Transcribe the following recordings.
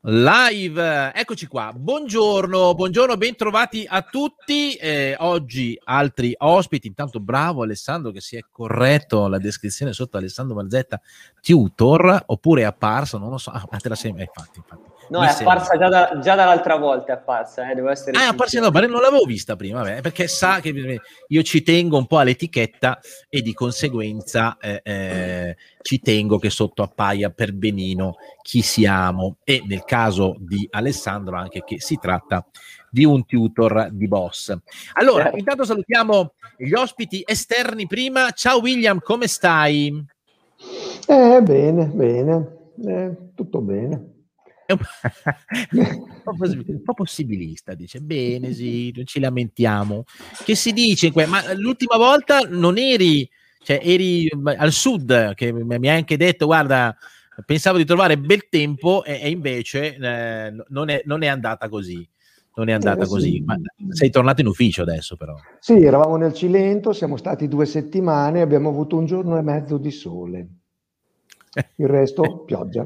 Live, eccoci qua. Buongiorno, bentrovati a tutti. Oggi altri ospiti. Intanto bravo Alessandro che si è corretto la descrizione sotto Alessandro Marzetta, tutor, oppure è apparso, non lo so. Te la sei infatti. No, è apparsa già dall'altra volta, è apparsa, devo essere è apparsa, no, non l'avevo vista prima, perché sa che io ci tengo un po' all'etichetta e di conseguenza ci tengo che sotto appaia per benino chi siamo, e nel caso di Alessandro anche che si tratta di un tutor di Boss. Allora, intanto salutiamo gli ospiti esterni prima. Ciao William, come stai? Bene, tutto bene. Un po' possibilista, dice bene, sì, non ci lamentiamo. Che si dice? Ma l'ultima volta non eri, cioè eri al sud, che mi hai anche detto, guarda, pensavo di trovare bel tempo e invece non è andata così. Non è andata così. Sì. Ma sei tornato in ufficio adesso, però. Sì, eravamo nel Cilento, siamo stati 2 settimane, abbiamo avuto 1 giorno e mezzo di sole. Il resto pioggia.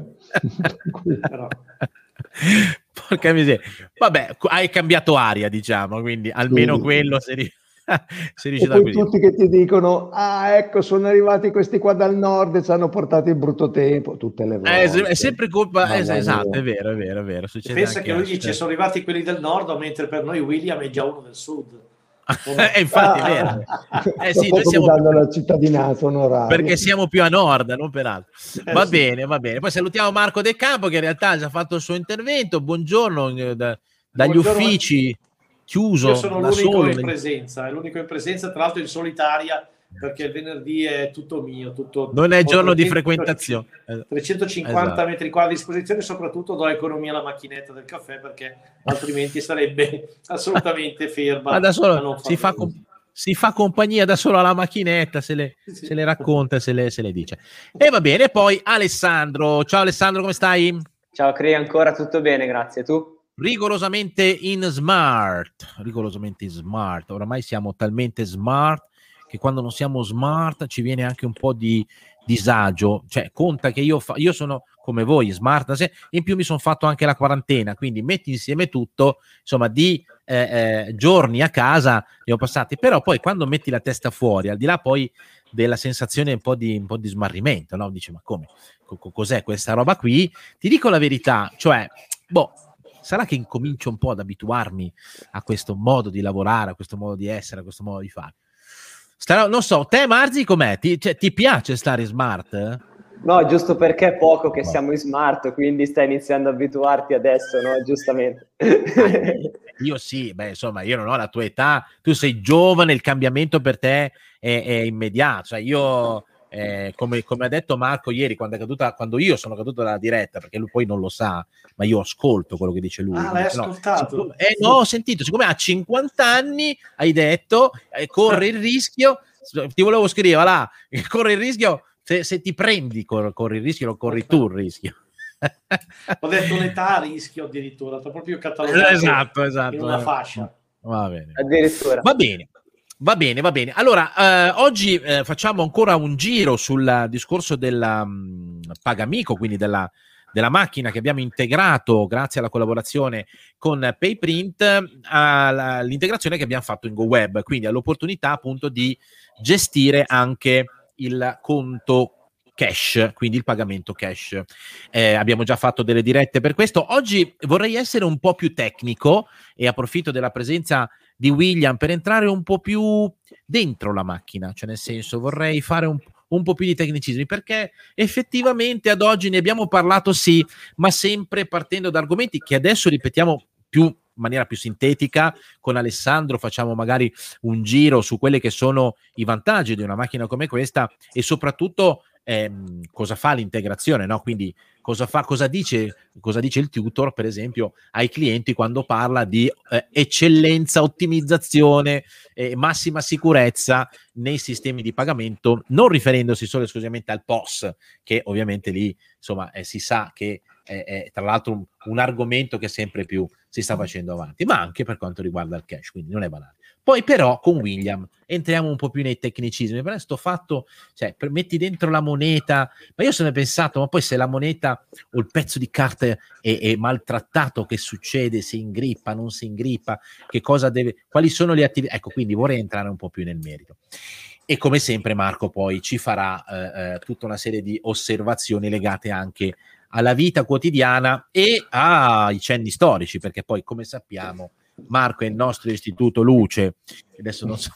Porca miseria. Vabbè, hai cambiato aria, diciamo, quindi almeno quello sei riuscito e poi tutti che ti dicono: ecco, sono arrivati questi qua dal nord e ci hanno portato il brutto tempo tutte le volte. È sempre colpa, esatto, è vero. Pensa che lui dice sono arrivati quelli del nord, mentre per noi William è già uno del sud. Infatti è vero. Sì, noi siamo dando la cittadinanza onoraria, perché siamo più a nord, non per altro. Va bene. Poi salutiamo Marco De Campo, che in realtà ha già fatto il suo intervento. Buongiorno dagli uffici, chiuso. Io sono l'unico in presenza, è l'unico in presenza, tra l'altro in solitaria, perché il venerdì è tutto mio, non è giorno di frequentazione. 350 metri quadri a disposizione, soprattutto do economia alla macchinetta del caffè, perché altrimenti sarebbe assolutamente ferma. Ma da solo si fa compagnia da solo alla macchinetta, se le racconta, se le dice. E va bene, poi Alessandro. Ciao Alessandro, come stai? Ciao Cree, ancora tutto bene, grazie. Tu? Rigorosamente in smart. Oramai siamo talmente smart che quando non siamo smart ci viene anche un po' di disagio. Cioè, conta che io sono come voi, smart, in più mi sono fatto anche la quarantena, quindi metti insieme tutto, insomma, di giorni a casa li ho passati, però poi quando metti la testa fuori, al di là poi della sensazione un po' di smarrimento, no? Dici, ma come? Cos'è questa roba qui? Ti dico la verità, cioè, sarà che incomincio un po' ad abituarmi a questo modo di lavorare, a questo modo di essere, a questo modo di fare. Non so, te Marzi com'è? Ti piace stare in smart? No, giusto perché è poco che siamo in smart, quindi stai iniziando ad abituarti adesso, no? Giustamente. Io sì, insomma, io non ho la tua età, tu sei giovane, il cambiamento per te è immediato. Cioè io... come ha detto Marco ieri quando io sono caduto dalla diretta, perché lui poi non lo sa, ma io ascolto quello che dice lui. L'hai ascoltato? No, ho sentito, siccome ha 50 anni, hai detto, corre il rischio, ti volevo scrivere là, corre il rischio, se ti prendi corri il rischio, lo corri tu il rischio. Ho detto un'età a rischio addirittura, t'ho proprio catalogato esatto, in una fascia. Va bene. Addirittura. Va bene. Allora, oggi facciamo ancora un giro sul discorso del Pagamico, quindi della macchina che abbiamo integrato grazie alla collaborazione con Payprint, all'integrazione che abbiamo fatto in GoWeb, quindi all'opportunità appunto di gestire anche il conto cash, quindi il pagamento cash. Abbiamo già fatto delle dirette per questo. Oggi vorrei essere un po' più tecnico e approfitto della presenza di William per entrare un po' più dentro la macchina, cioè nel senso vorrei fare un po' più di tecnicismi, perché effettivamente ad oggi ne abbiamo parlato, sì, ma sempre partendo da argomenti che adesso ripetiamo in maniera più sintetica. Con Alessandro facciamo magari un giro su quelli che sono i vantaggi di una macchina come questa e soprattutto cosa fa l'integrazione, no? Quindi cosa dice il tutor, per esempio, ai clienti quando parla di eccellenza, ottimizzazione, massima sicurezza nei sistemi di pagamento, non riferendosi solo esclusivamente al POS, che ovviamente lì insomma si sa che è tra l'altro un argomento che sempre più si sta facendo avanti, ma anche per quanto riguarda il cash, quindi non è banale. Poi però con William entriamo un po' più nei tecnicismi, però sto fatto, cioè metti dentro la moneta, ma io ho sempre pensato, ma poi se la moneta o il pezzo di carta è maltrattato, che succede? Si ingrippa, non si ingrippa, che cosa deve, quali sono le attività? Ecco, quindi vorrei entrare un po' più nel merito. E come sempre Marco poi ci farà tutta una serie di osservazioni legate anche alla vita quotidiana e ai cenni storici, perché poi come sappiamo Marco è il nostro istituto luce, adesso non so.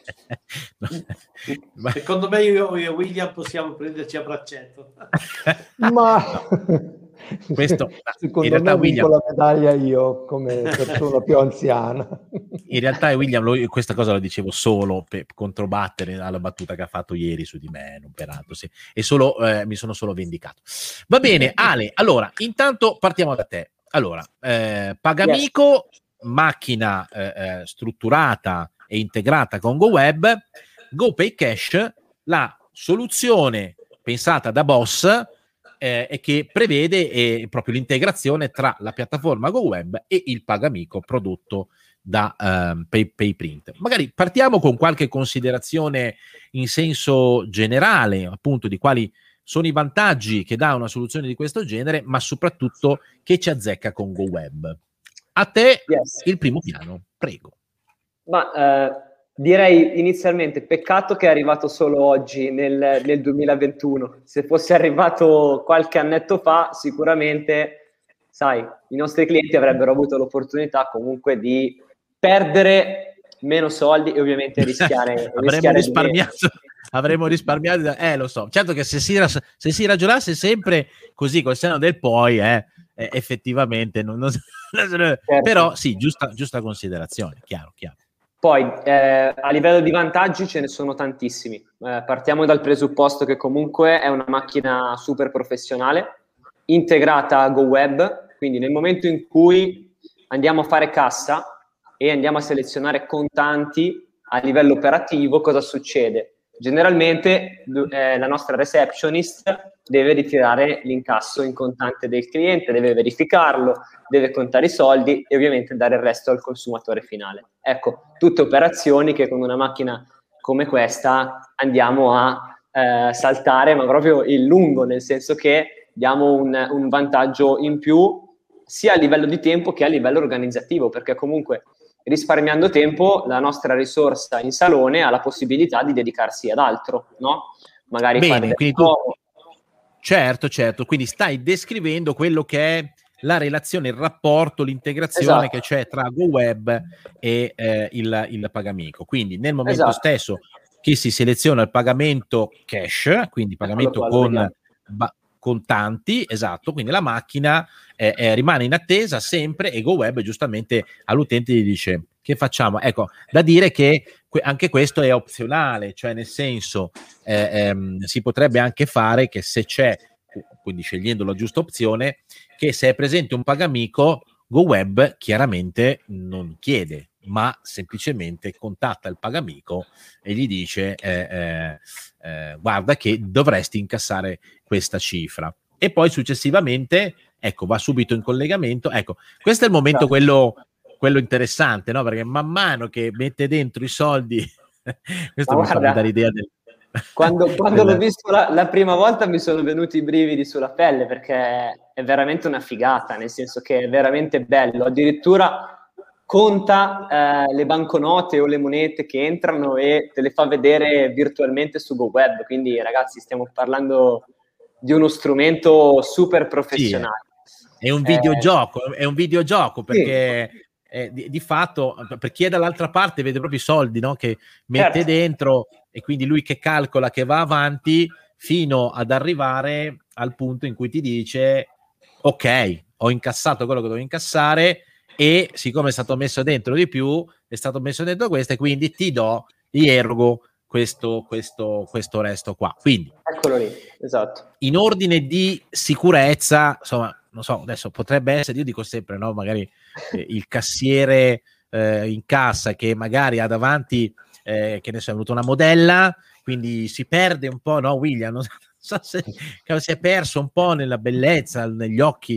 Secondo me io e William possiamo prenderci a braccetto. Ma questo, secondo in realtà me William, vinco la medaglia io come persona più anziana. in realtà William, questa cosa lo dicevo solo per controbattere alla battuta che ha fatto ieri su di me, non per altro, sì. E solo, mi sono solo vendicato. Va bene, Ale, allora, intanto partiamo da te. Allora, Pagamico, macchina strutturata e integrata con GoWeb, GoPay Cash, la soluzione pensata da Boss e che prevede proprio l'integrazione tra la piattaforma GoWeb e il Pagamico prodotto da PayPrint. Magari partiamo con qualche considerazione in senso generale, appunto, di quali sono i vantaggi che dà una soluzione di questo genere, ma soprattutto che ci azzecca con GoWeb. A te il primo piano, prego. Ma direi inizialmente peccato che è arrivato solo oggi nel 2021. Se fosse arrivato qualche annetto fa, sicuramente, sai, i nostri clienti avrebbero avuto l'opportunità comunque di perdere meno soldi e ovviamente rischiare avremmo risparmiato, lo so, certo che se si ragionasse sempre così col senno del poi, effettivamente certo. Però sì, giusta considerazione, chiaro. Poi a livello di vantaggi ce ne sono tantissimi. Partiamo dal presupposto che comunque è una macchina super professionale, integrata a GoWeb, quindi nel momento in cui andiamo a fare cassa e andiamo a selezionare contanti a livello operativo, cosa succede? Generalmente la nostra receptionist deve ritirare l'incasso in contante del cliente, deve verificarlo, deve contare i soldi e ovviamente dare il resto al consumatore finale. Ecco, tutte operazioni che con una macchina come questa andiamo a saltare, ma proprio in lungo, nel senso che diamo un vantaggio in più sia a livello di tempo che a livello organizzativo, perché comunque risparmiando tempo la nostra risorsa in salone ha la possibilità di dedicarsi ad altro, no? Magari bene, quindi tu, certo, quindi stai descrivendo quello che è la relazione, il rapporto, l'integrazione che c'è tra GoWeb e il Pagamico. Quindi nel momento stesso che si seleziona il pagamento cash, quindi pagamento con contanti, esatto, quindi la macchina rimane in attesa sempre e GoWeb giustamente all'utente gli dice che facciamo. Ecco, da dire che anche questo è opzionale, cioè nel senso si potrebbe anche fare che se c'è, quindi scegliendo la giusta opzione, che se è presente un Pagamico, GoWeb chiaramente non chiede, ma semplicemente contatta il Pagamico e gli dice guarda che dovresti incassare questa cifra. E poi successivamente, ecco, va subito in collegamento. Ecco, questo è il momento quello interessante, no? Perché man mano che mette dentro i soldi, questo mi fa dare idea del... Quando l'ho visto la prima volta mi sono venuti i brividi sulla pelle, perché è veramente una figata, nel senso che è veramente bello. Addirittura conta le banconote o le monete che entrano e te le fa vedere virtualmente su GoWeb. Quindi ragazzi, stiamo parlando di uno strumento super professionale. Sì, è un videogioco perché... Sì. Di fatto, per chi è dall'altra parte vede proprio i soldi, no? Che mette dentro, e quindi lui che calcola, che va avanti fino ad arrivare al punto in cui ti dice ok, ho incassato quello che dovevo incassare e siccome è stato messo dentro di più, è stato messo dentro questo e quindi ti erogo questo resto qua. Quindi eccolo lì, esatto. In ordine di sicurezza, insomma, non so, adesso potrebbe essere, io dico sempre, no, magari il cassiere in cassa che magari ha davanti, che ne so, è venuta una modella, quindi si perde un po', no, William? Non so se si è perso un po' nella bellezza, negli occhi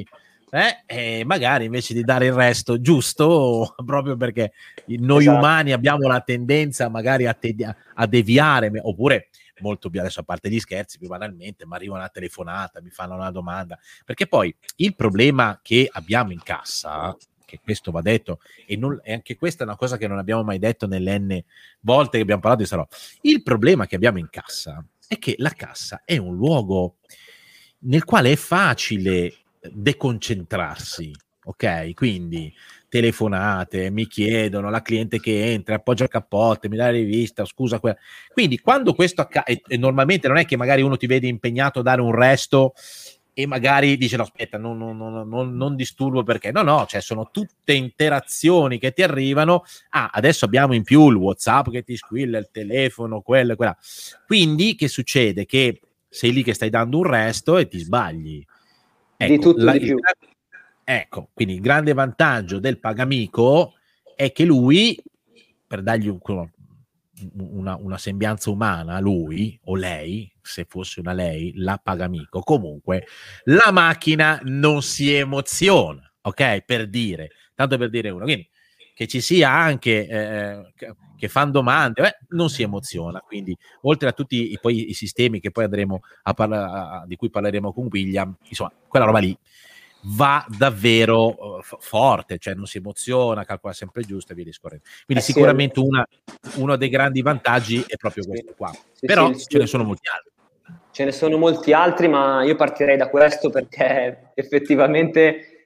magari invece di dare il resto giusto, proprio perché noi umani abbiamo la tendenza magari a deviare, oppure molto più, adesso a parte gli scherzi, più banalmente, mi arriva una telefonata, mi fanno una domanda, perché poi il problema che abbiamo in cassa, che questo va detto, e anche questa è una cosa che non abbiamo mai detto nelle N volte che abbiamo parlato di questa roba, il problema che abbiamo in cassa è che la cassa è un luogo nel quale è facile deconcentrarsi, ok? Quindi telefonate, mi chiedono, la cliente che entra, appoggia il cappotto, mi dà la rivista, scusa quella. Quindi quando questo accade, e normalmente non è che magari uno ti vede impegnato a dare un resto e magari dice no aspetta, non disturbo perché no, cioè sono tutte interazioni che ti arrivano. Adesso abbiamo in più il WhatsApp che ti squilla, il telefono, quello e quella. Quindi che succede? Che sei lì che stai dando un resto e ti sbagli. Ecco, di tutto di più. Ecco, quindi il grande vantaggio del Pagamico è che lui, per dargli una sembianza umana, lui o lei, se fosse una lei, la Pagamico, comunque la macchina non si emoziona, ok? Tanto per dire uno, quindi che ci sia anche che fanno domande, non si emoziona. Quindi oltre a tutti poi i sistemi che poi andremo di cui parleremo con William, insomma, quella roba lì va davvero forte, cioè non si emoziona, calcola sempre giusto e via discorrendo. Quindi sicuramente uno dei grandi vantaggi è proprio questo qua. Però ce ne sono molti altri. Ce ne sono molti altri, ma io partirei da questo perché effettivamente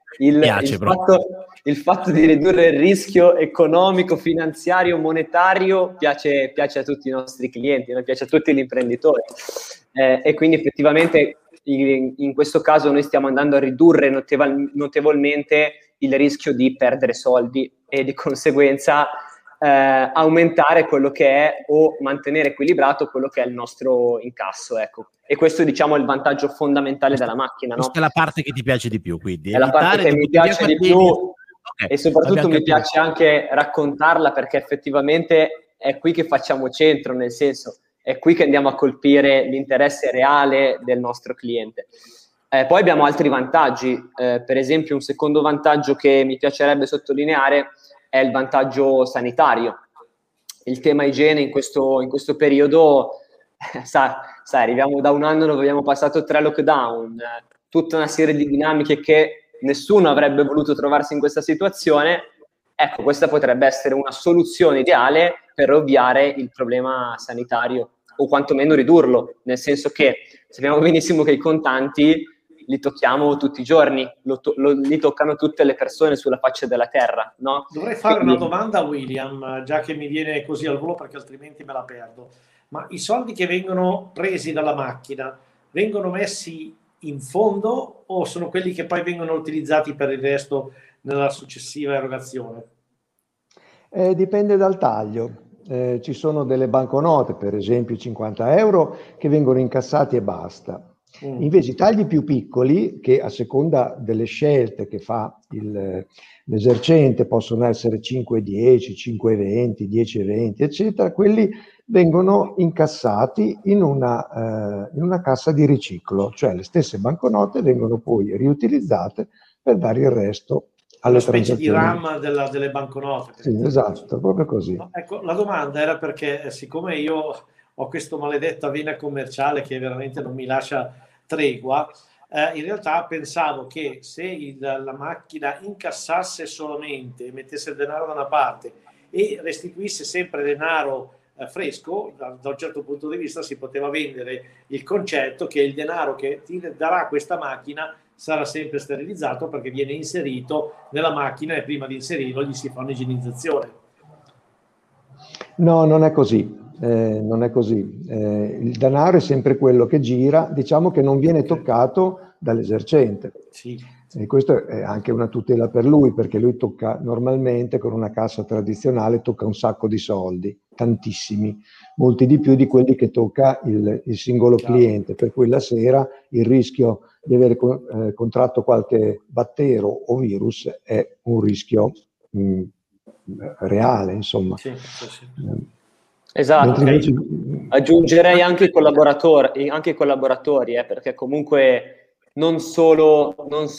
il fatto di ridurre il rischio economico, finanziario, monetario piace a tutti i nostri clienti, piace a tutti gli imprenditori. E quindi effettivamente in questo caso noi stiamo andando a ridurre notevolmente il rischio di perdere soldi e di conseguenza aumentare quello che è o mantenere equilibrato quello che è il nostro incasso, ecco. E questo diciamo è il vantaggio fondamentale della macchina, no? Questa è la parte che ti piace di più, quindi è la parte che mi piace di più, e soprattutto mi piace anche raccontarla perché effettivamente è qui che facciamo centro, nel senso è qui che andiamo a colpire l'interesse reale del nostro cliente. Poi abbiamo altri vantaggi, per esempio un secondo vantaggio che mi piacerebbe sottolineare è il vantaggio sanitario. Il tema igiene in questo periodo, sai, arriviamo da un anno dove abbiamo passato 3 lockdown, tutta una serie di dinamiche che nessuno avrebbe voluto trovarsi in questa situazione. Ecco, questa potrebbe essere una soluzione ideale per ovviare il problema sanitario, o quantomeno ridurlo, nel senso che sappiamo benissimo che i contanti li tocchiamo tutti i giorni, li toccano tutte le persone sulla faccia della terra, no? Dovrei fare una domanda a William, già che mi viene così al volo perché altrimenti me la perdo. Ma i soldi che vengono presi dalla macchina vengono messi in fondo o sono quelli che poi vengono utilizzati per il resto nella successiva erogazione? Dipende dal taglio. Ci sono delle banconote, per esempio 50 euro, che vengono incassati e basta. Invece i tagli più piccoli, che a seconda delle scelte che fa l'esercente possono essere 5,10, 5,20, 10,20, eccetera, quelli vengono incassati in una cassa di riciclo, cioè le stesse banconote vengono poi riutilizzate per dare il resto alle transazioni. Una specie di RAM delle banconote. Sì, esatto, proprio così. No, ecco, la domanda era perché siccome io ho questo maledetta vena commerciale che veramente non mi lascia tregua, in realtà pensavo che se la macchina incassasse solamente, mettesse il denaro da una parte e restituisse sempre denaro fresco, da un certo punto di vista si poteva vendere il concetto che il denaro che ti darà questa macchina sarà sempre sterilizzato perché viene inserito nella macchina e prima di inserirlo gli si fa un'igienizzazione. No, non è così. Non è così. Il denaro è sempre quello che gira, diciamo che non viene toccato dall'esercente. Sì. E questo è anche una tutela per lui, perché lui tocca normalmente con una cassa tradizionale, tocca un sacco di soldi, tantissimi, molti di più di quelli che tocca il singolo cliente, per cui la sera il rischio di avere contratto qualche battero o virus è un rischio reale, insomma. Sì, sì. Esatto, aggiungerei anche i collaboratori, perché comunque non solo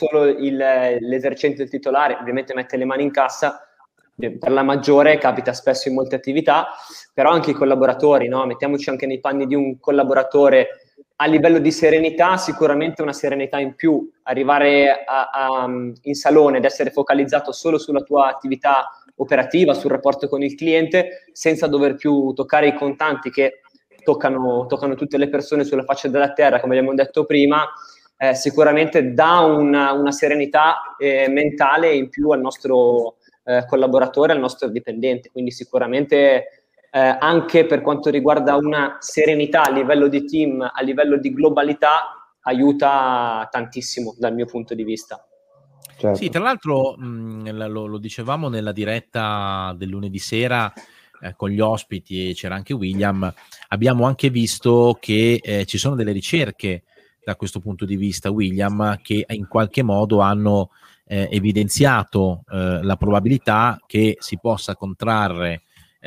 l'esercente, il titolare, ovviamente mette le mani in cassa, per la maggiore capita spesso in molte attività, però anche i collaboratori, no? Mettiamoci anche nei panni di un collaboratore. A livello di serenità, sicuramente una serenità in più, arrivare in salone ed essere focalizzato solo sulla tua attività operativa, sul rapporto con il cliente, senza dover più toccare i contanti che toccano tutte le persone sulla faccia della terra, come abbiamo detto prima, sicuramente dà una serenità mentale in più al nostro collaboratore, al nostro dipendente. Quindi sicuramente anche per quanto riguarda una serenità a livello di team, a livello di globalità, aiuta tantissimo dal mio punto di vista. Certo. Sì, tra l'altro lo dicevamo nella diretta del lunedì sera con gli ospiti, e c'era anche William, abbiamo anche visto che ci sono delle ricerche da questo punto di vista, William, che in qualche modo hanno evidenziato la probabilità che si possa contrarre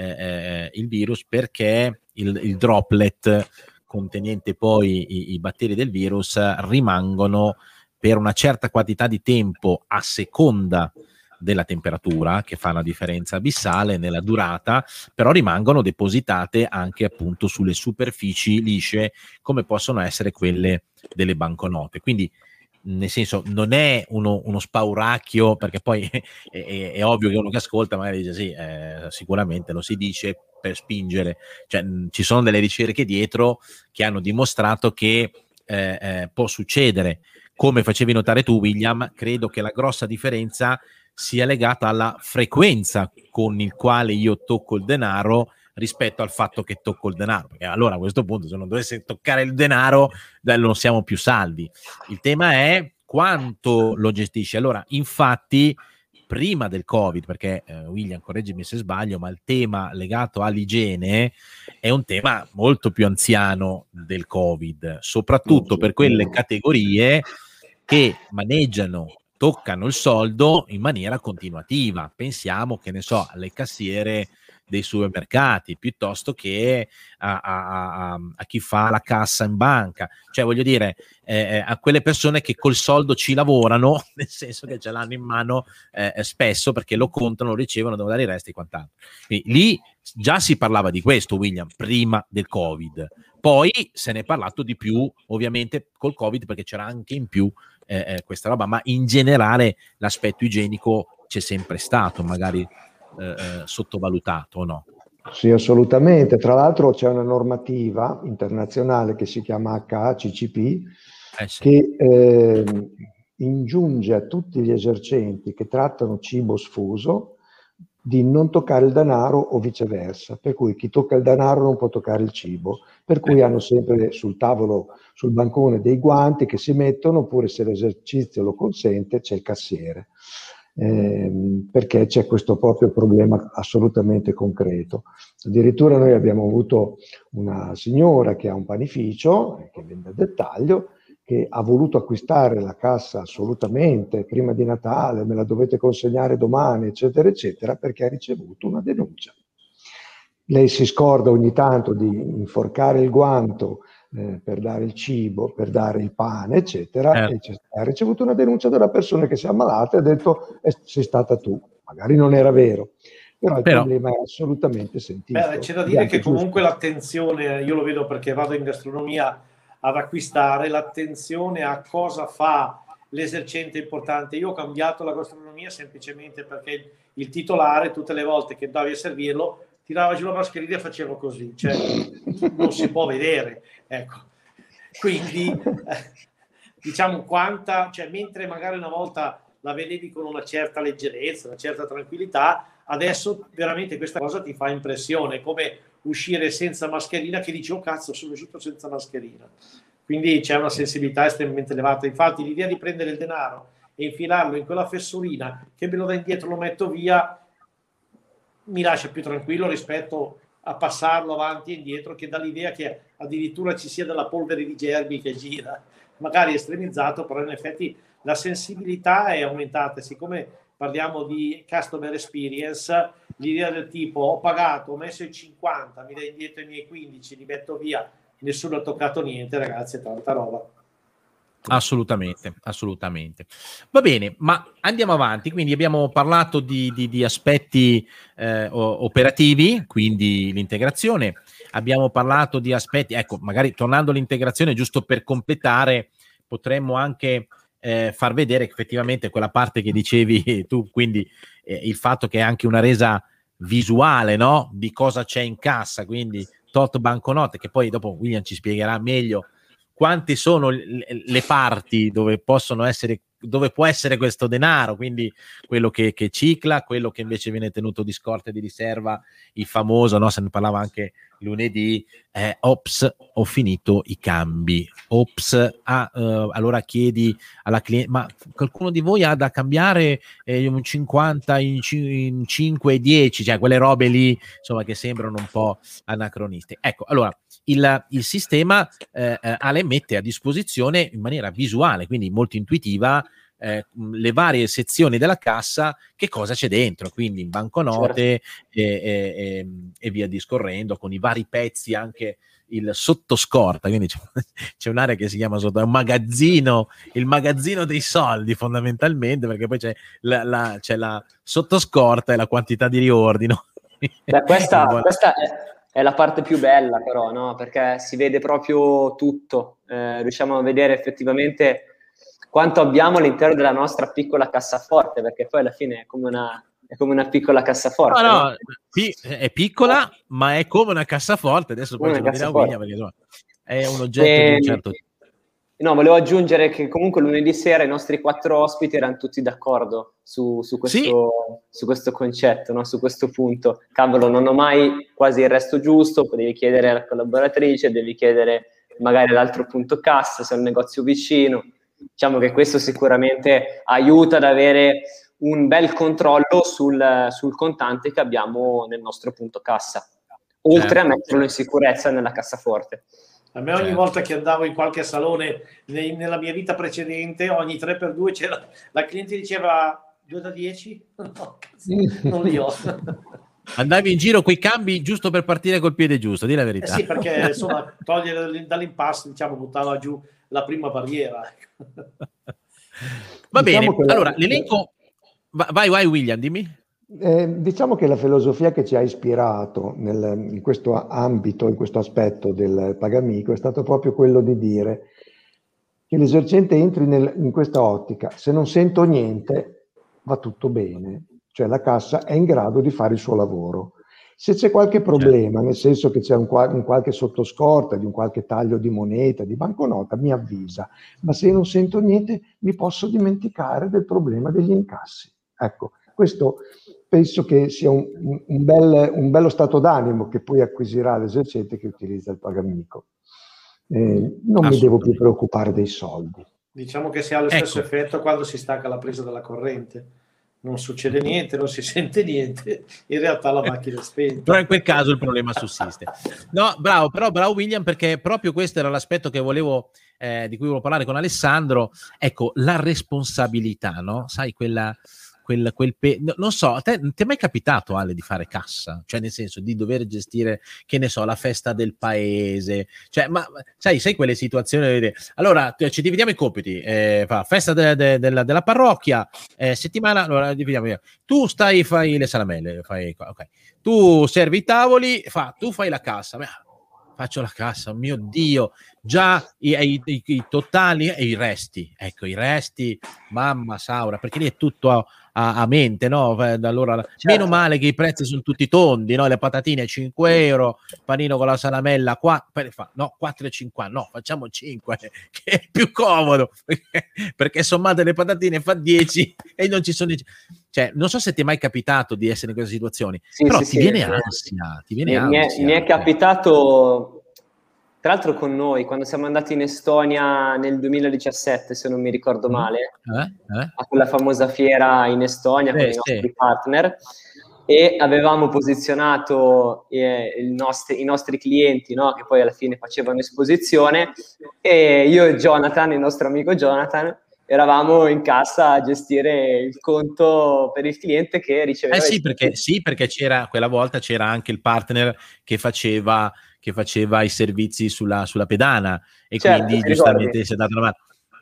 il virus, perché il droplet contenente poi i batteri del virus rimangono per una certa quantità di tempo, a seconda della temperatura, che fa una differenza abissale nella durata, però rimangono depositate anche appunto sulle superfici lisce, come possono essere quelle delle banconote. Quindi, nel senso, non è uno spauracchio, perché poi è ovvio che uno che ascolta magari dice sì, sicuramente lo si dice per spingere. Cioè, ci sono delle ricerche dietro che hanno dimostrato che può succedere. Come facevi notare tu, William, credo che la grossa differenza sia legata alla frequenza con il quale io tocco il denaro rispetto al fatto che tocco il denaro, perché allora a questo punto, se non dovesse toccare il denaro, non siamo più saldi. Il tema è quanto lo gestisci. Allora, infatti, prima del Covid, perché William, correggimi se sbaglio, ma il tema legato all'igiene è un tema molto più anziano del Covid, soprattutto per quelle categorie che toccano il soldo in maniera continuativa. Pensiamo, che ne so, alle cassiere dei supermercati, piuttosto che a chi fa la cassa in banca. Cioè, voglio dire, a quelle persone che col soldo ci lavorano, nel senso che ce l'hanno in mano spesso, perché lo contano, lo ricevono, devono dare i resti e quant'altro. Quindi lì già si parlava di questo, William, prima del Covid. Poi se ne è parlato di più, ovviamente, col Covid, perché c'era anche in più questa roba, ma in generale l'aspetto igienico c'è sempre stato, magari sottovalutato, o no? Sì, assolutamente. Tra l'altro c'è una normativa internazionale che si chiama HACCP Sì. che ingiunge a tutti gli esercenti che trattano cibo sfuso di non toccare il denaro o viceversa, per cui chi tocca il denaro non può toccare il cibo, per cui hanno sempre sul tavolo, sul bancone, dei guanti che si mettono, oppure se l'esercizio lo consente c'è il cassiere. Perché c'è questo proprio problema assolutamente concreto. Addirittura noi abbiamo avuto una signora che ha un panificio, che vende a dettaglio, che ha voluto acquistare la cassa assolutamente prima di Natale, me la dovete consegnare domani, eccetera, eccetera, perché ha ricevuto una denuncia. Lei si scorda ogni tanto di inforcare il guanto per dare il cibo, per dare il pane, eccetera, e ha ricevuto una denuncia da una persona che si è ammalata e ha detto sei stata tu. Magari non era vero, però il problema è assolutamente sentito. C'è da dire che comunque l'attenzione, io lo vedo perché vado in gastronomia ad acquistare, l'attenzione a cosa fa l'esercente importante. Io ho cambiato la gastronomia semplicemente perché il titolare, tutte le volte che andavi a servirlo, tirava giù la mascherina e facevo così, cioè non si può vedere, ecco. Quindi diciamo cioè mentre magari una volta la vedevi con una certa leggerezza, una certa tranquillità, adesso veramente questa cosa ti fa impressione, come uscire senza mascherina, che dici oh cazzo, sono uscito senza mascherina. Quindi c'è una sensibilità estremamente elevata. Infatti l'idea di prendere il denaro e infilarlo in quella fessolina, che me lo dà indietro, lo metto via, mi lascia più tranquillo rispetto a passarlo avanti e indietro, che dà l'idea che addirittura ci sia della polvere di germi che gira, magari estremizzato, però in effetti la sensibilità è aumentata. Siccome parliamo di customer experience, l'idea del tipo ho pagato, ho messo i 50, mi dai indietro i miei 15, li metto via, nessuno ha toccato niente, ragazzi, è tanta roba. Assolutamente, assolutamente. Va bene, ma andiamo avanti. Quindi abbiamo parlato di aspetti operativi, quindi l'integrazione. Abbiamo parlato di aspetti, ecco, magari tornando all'integrazione, giusto per completare, potremmo anche far vedere che effettivamente quella parte che dicevi tu, quindi il fatto che è anche una resa visuale, no? Di cosa c'è in cassa, quindi tot banconote, che poi dopo William ci spiegherà meglio quante sono le parti dove possono essere, dove può essere questo denaro, quindi quello che cicla, quello che invece viene tenuto di scorta e di riserva, il famoso, no? Se ne parlava anche lunedì, ops, ho finito i cambi, ops, allora chiedi alla cliente, ma qualcuno di voi ha da cambiare un 50 in 5 e 10, cioè quelle robe lì, insomma, che sembrano un po' anacroniste. Ecco, allora, il sistema Ale mette a disposizione in maniera visuale, quindi molto intuitiva, le varie sezioni della cassa, che cosa c'è dentro, quindi banconote, certo, e via discorrendo, con i vari pezzi, anche il sottoscorta, quindi c'è un'area che si chiama sotto, è un magazzino, il magazzino dei soldi fondamentalmente, perché poi c'è la sottoscorta e la quantità di riordino. Beh, questa è la parte più bella però, no? Perché si vede proprio tutto, riusciamo a vedere effettivamente quanto abbiamo all'interno della nostra piccola cassaforte, perché poi alla fine è come una piccola cassaforte. No, è piccola, ma è come una cassaforte. Adesso poi ce lo dirà William, perché no, è un oggetto di un certo tipo. No, volevo aggiungere che comunque lunedì sera i nostri 4 ospiti erano tutti d'accordo su questo concetto, no? Su questo punto. Cavolo, non ho mai quasi il resto giusto, poi devi chiedere alla collaboratrice, devi chiedere magari all'altro punto cassa, se è un negozio vicino. Diciamo che questo sicuramente aiuta ad avere un bel controllo sul contante che abbiamo nel nostro punto cassa, oltre a metterlo in sicurezza nella cassaforte. A me ogni volta che andavo in qualche salone nella mia vita precedente, ogni 3x2 c'era, la cliente diceva 2 da 10? No, non li ho. Andavi in giro coi cambi giusto per partire col piede giusto, di la verità. Sì, perché insomma togliere dall'impasse, diciamo, buttava giù la prima barriera. Va bene, allora l'elenco... Vai William, dimmi. Diciamo che la filosofia che ci ha ispirato in questo ambito, in questo aspetto del Pagamico, è stato proprio quello di dire che l'esercente entri in questa ottica: se non sento niente va tutto bene, cioè la cassa è in grado di fare il suo lavoro. Se c'è qualche problema, nel senso che c'è un qualche sottoscorta, di un qualche taglio di moneta, di banconota, mi avvisa, ma se non sento niente mi posso dimenticare del problema degli incassi. Ecco, questo penso che sia un bello stato d'animo che poi acquisirà l'esercente che utilizza il Pagamico. Non mi devo più preoccupare dei soldi. Diciamo che si ha lo stesso effetto quando si stacca la presa della corrente. Non succede niente, non si sente niente, in realtà la macchina è spenta. Però in quel caso il problema sussiste. No, bravo William, perché proprio questo era l'aspetto che volevo, di cui volevo parlare con Alessandro. Ecco, la responsabilità, no? Sai, non so, a te ti è mai capitato, Ale, di fare cassa? Cioè, nel senso di dover gestire, che ne so, la festa del paese, cioè, ma sai quelle situazioni, allora ci dividiamo i compiti, festa della parrocchia, settimana, allora dividiamo, tu fai le salamelle, ok, tu servi i tavoli, tu fai la cassa. Faccio la cassa, mio Dio, già i totali e i resti, ecco, i resti, mamma saura, perché lì è tutto a mente, no? Allora, certo. Meno male che i prezzi sono tutti tondi, no? Le patatine 5 euro, panino con la salamella, 4,50, no, facciamo 5, che è più comodo, perché sommate le patatine fa 10 e non ci sono... Cioè, non so se ti è mai capitato di essere in queste situazioni, però ti viene ansia, Mi è capitato, tra l'altro con noi, quando siamo andati in Estonia nel 2017, se non mi ricordo male, a quella famosa fiera in Estonia con i nostri partner, e avevamo posizionato i nostri clienti, no? Che poi alla fine facevano esposizione, e io e Jonathan, il nostro amico Jonathan, eravamo in cassa a gestire il conto per il cliente che riceveva. Perché quella volta c'era anche il partner che faceva i servizi sulla pedana, e certo, quindi giustamente si è dato la mano.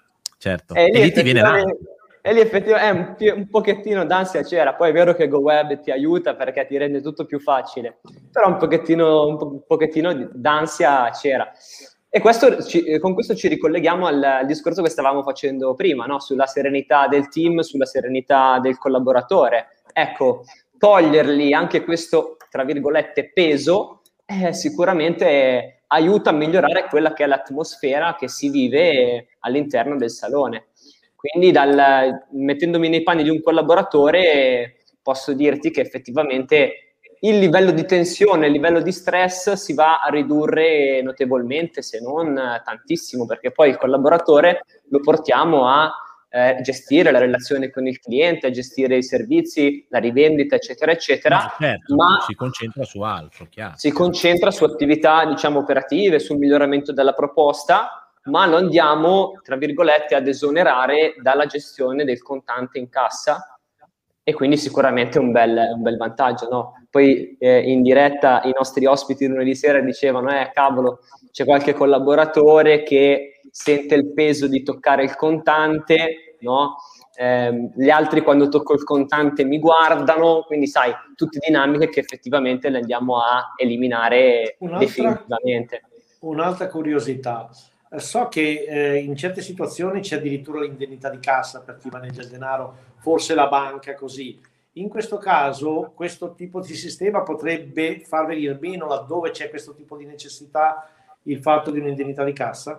certo. E lì ti viene e lì effettivamente un pochettino d'ansia c'era. Poi è vero che GoWeb ti aiuta perché ti rende tutto più facile, però un pochettino d'ansia c'era. E con questo ci ricolleghiamo al discorso che stavamo facendo prima, no? Sulla serenità del team, sulla serenità del collaboratore. Ecco, togliergli anche questo, tra virgolette, peso, sicuramente aiuta a migliorare quella che è l'atmosfera che si vive all'interno del salone. Quindi mettendomi nei panni di un collaboratore posso dirti che effettivamente il livello di tensione, il livello di stress si va a ridurre notevolmente, se non tantissimo, perché poi il collaboratore lo portiamo a gestire la relazione con il cliente, a gestire i servizi, la rivendita, eccetera, eccetera. Certo, ma si concentra su altro, chiaro. Si concentra su attività, diciamo, operative, sul miglioramento della proposta, ma lo andiamo, tra virgolette, ad esonerare dalla gestione del contante in cassa, e quindi sicuramente un bel vantaggio, no? Poi in diretta i nostri ospiti lunedì sera dicevano cavolo, c'è qualche collaboratore che sente il peso di toccare il contante, no? Gli altri quando tocco il contante mi guardano, quindi sai, tutte dinamiche che effettivamente le andiamo a eliminare definitivamente. Un'altra curiosità, so che in certe situazioni c'è addirittura l'indennità di cassa per chi maneggia il denaro, forse la banca, così. In questo caso questo tipo di sistema potrebbe far venire meno, laddove c'è questo tipo di necessità, il fatto di un'indennità di cassa?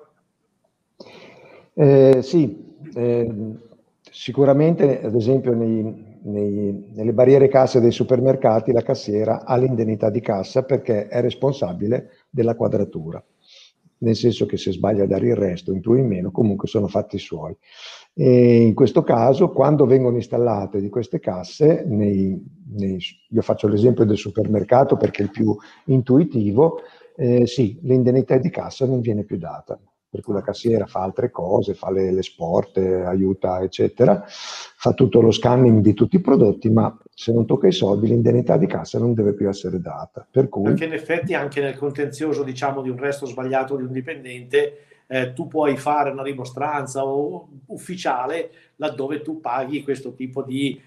Sì, sicuramente, ad esempio nelle barriere casse dei supermercati la cassiera ha l'indennità di cassa perché è responsabile della quadratura, nel senso che se sbaglia a dare il resto, in più o in meno, comunque sono fatti suoi. E in questo caso, quando vengono installate di queste casse, io faccio l'esempio del supermercato perché è il più intuitivo, sì, l'indennità di cassa non viene più data, per cui la cassiera fa altre cose, fa le sport, aiuta, eccetera, fa tutto lo scanning di tutti i prodotti, ma se non tocca i soldi l'indennità di cassa non deve più essere data. Perché in effetti anche nel contenzioso, diciamo, di un resto sbagliato di un dipendente, tu puoi fare una rimostranza ufficiale laddove tu paghi questo tipo di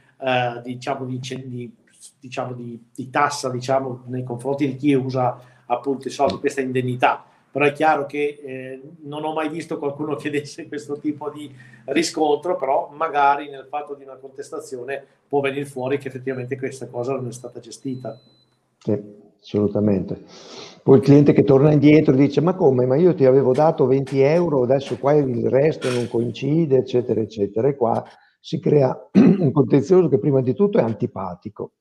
tassa, diciamo, nei confronti di chi usa appunto i soldi, questa indennità. Però è chiaro che non ho mai visto qualcuno che desse questo tipo di riscontro, però magari nel fatto di una contestazione può venire fuori che effettivamente questa cosa non è stata gestita. Sì, assolutamente. Poi il cliente che torna indietro dice: ma come? Ma io ti avevo dato 20 euro, adesso qua il resto non coincide, eccetera, eccetera. E qua si crea un contenzioso che prima di tutto è antipatico.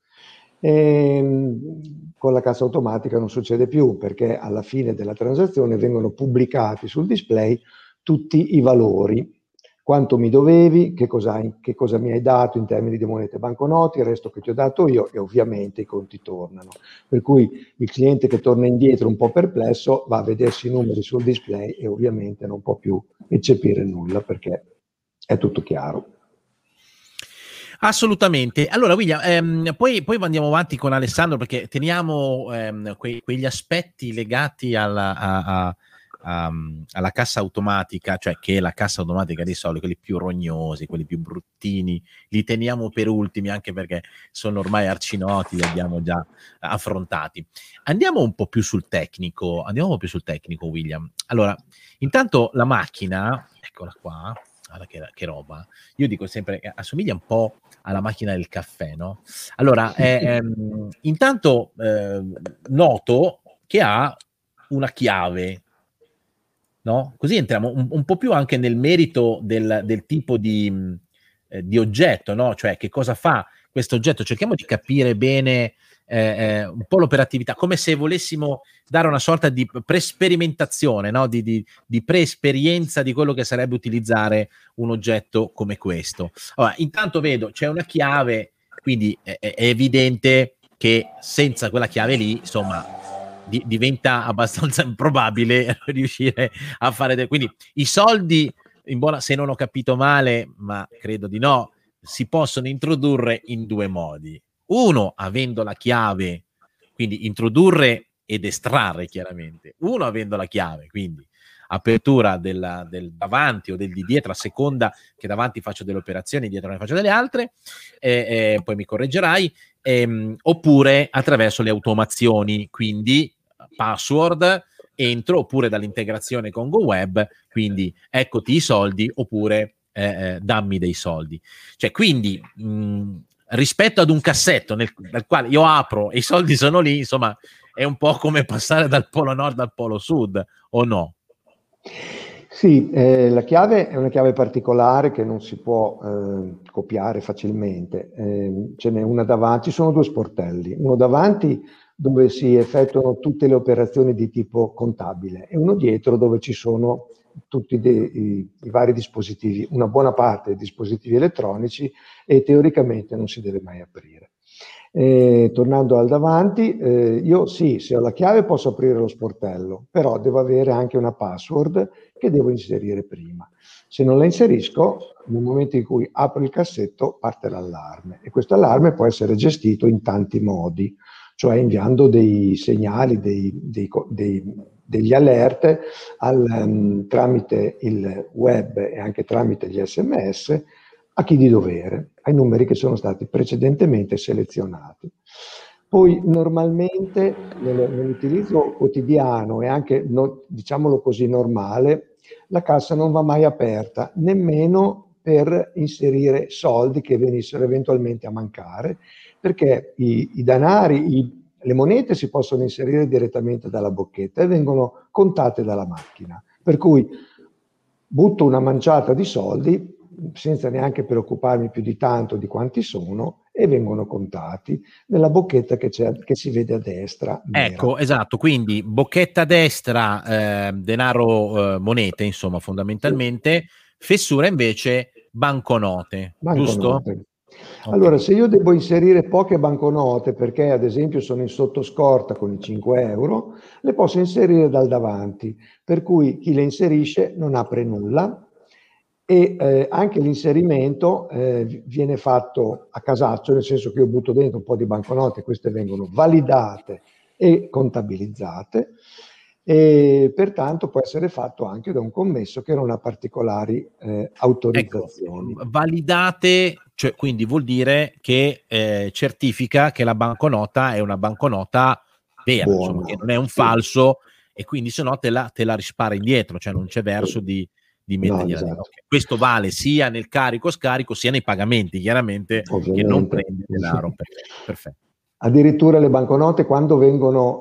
Con la cassa automatica non succede più, perché alla fine della transazione vengono pubblicati sul display tutti i valori, quanto mi dovevi, che cosa mi hai dato in termini di monete banconoti, il resto che ti ho dato io, e ovviamente i conti tornano. Per cui il cliente che torna indietro un po' perplesso va a vedersi i numeri sul display e ovviamente non può più eccepire nulla perché è tutto chiaro. Assolutamente. Allora, William, poi andiamo avanti con Alessandro perché teniamo quegli aspetti legati alla cassa automatica, cioè che è la cassa automatica di solito, quelli più rognosi, quelli più bruttini, li teniamo per ultimi anche perché sono ormai arcinoti, li abbiamo già affrontati. Andiamo un po' più sul tecnico, William. Allora, intanto la macchina, eccola qua. Guarda che roba, io dico sempre che assomiglia un po' alla macchina del caffè, no? Allora, intanto noto che ha una chiave, no? Così entriamo un po' più anche nel merito del tipo di oggetto, no? Cioè che cosa fa questo oggetto, cerchiamo di capire bene un po' l'operatività, come se volessimo dare una sorta di pre-sperimentazione, no? di pre-esperienza di quello che sarebbe utilizzare un oggetto come questo. Allora, intanto vedo c'è una chiave, quindi è evidente che senza quella chiave lì, insomma, diventa abbastanza improbabile riuscire a fare quindi i soldi, se non ho capito male, ma credo di no, si possono introdurre in due modi. Uno, avendo la chiave, quindi introdurre ed estrarre chiaramente. Uno, avendo la chiave, quindi apertura del davanti o del di dietro, a seconda che davanti faccio delle operazioni, dietro ne faccio delle altre, poi mi correggerai, oppure attraverso le automazioni, quindi password, entro, oppure dall'integrazione con GoWeb, quindi eccoti i soldi, oppure dammi dei soldi. Cioè, quindi rispetto ad un cassetto nel quale io apro e i soldi sono lì, insomma, è un po' come passare dal polo nord al polo sud, o no? Sì, la chiave è una chiave particolare che non si può copiare facilmente. Ce n'è una davanti, ci sono due sportelli, uno davanti dove si effettuano tutte le operazioni di tipo contabile e uno dietro dove ci sono tutti i vari dispositivi, una buona parte dei dispositivi elettronici, e teoricamente non si deve mai aprire. Tornando al davanti, io sì, se ho la chiave posso aprire lo sportello, però devo avere anche una password che devo inserire prima. Se non la inserisco, nel momento in cui apro il cassetto parte l'allarme, e questo allarme può essere gestito in tanti modi, cioè inviando dei segnali, degli alert tramite il web e anche tramite gli SMS a chi di dovere, ai numeri che sono stati precedentemente selezionati. Poi normalmente nell'utilizzo quotidiano e anche, diciamolo così, normale, la cassa non va mai aperta, nemmeno per inserire soldi che venissero eventualmente a mancare, perché i denari, le monete si possono inserire direttamente dalla bocchetta e vengono contate dalla macchina. Per cui butto una manciata di soldi senza neanche preoccuparmi più di tanto di quanti sono, e vengono contati nella bocchetta che si vede a destra. Ecco, esatto, quindi bocchetta destra, denaro, monete, insomma, fondamentalmente, fessura invece banconote, giusto? Allora, Okay. se io devo inserire poche banconote, perché ad esempio sono in sottoscorta con i 5 euro, le posso inserire dal davanti, per cui chi le inserisce non apre nulla, e anche l'inserimento viene fatto a casaccio, nel senso che io butto dentro un po' di banconote, queste vengono validate e contabilizzate, e pertanto può essere fatto anche da un commesso che non ha particolari autorizzazioni. Ecco, validate, cioè, quindi vuol dire che certifica che la banconota è una banconota vera, insomma, che non è un falso, e quindi se no te la rispara indietro, cioè non c'è verso di mettergliela dentro. Okay. Questo vale sia nel carico-scarico sia nei pagamenti, chiaramente, ovviamente, che non prende denaro. Perfetto. Addirittura le banconote, quando vengono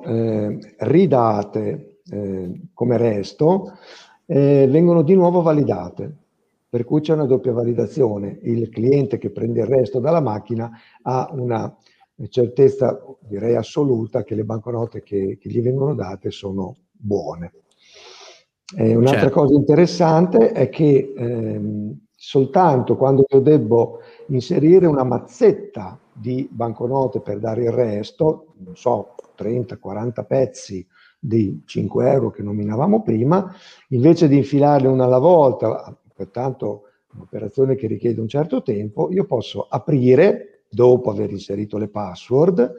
ridate come resto, vengono di nuovo validate, per cui c'è una doppia validazione. Il cliente che prende il resto dalla macchina ha una certezza, direi assoluta, che le banconote che gli vengono date sono buone. Un'altra cosa interessante è che soltanto quando io debbo inserire una mazzetta di banconote per dare il resto, non so, 30-40 pezzi di 5 euro che nominavamo prima, invece di infilarle una alla volta, pertanto un'operazione che richiede un certo tempo, io posso aprire, dopo aver inserito le password,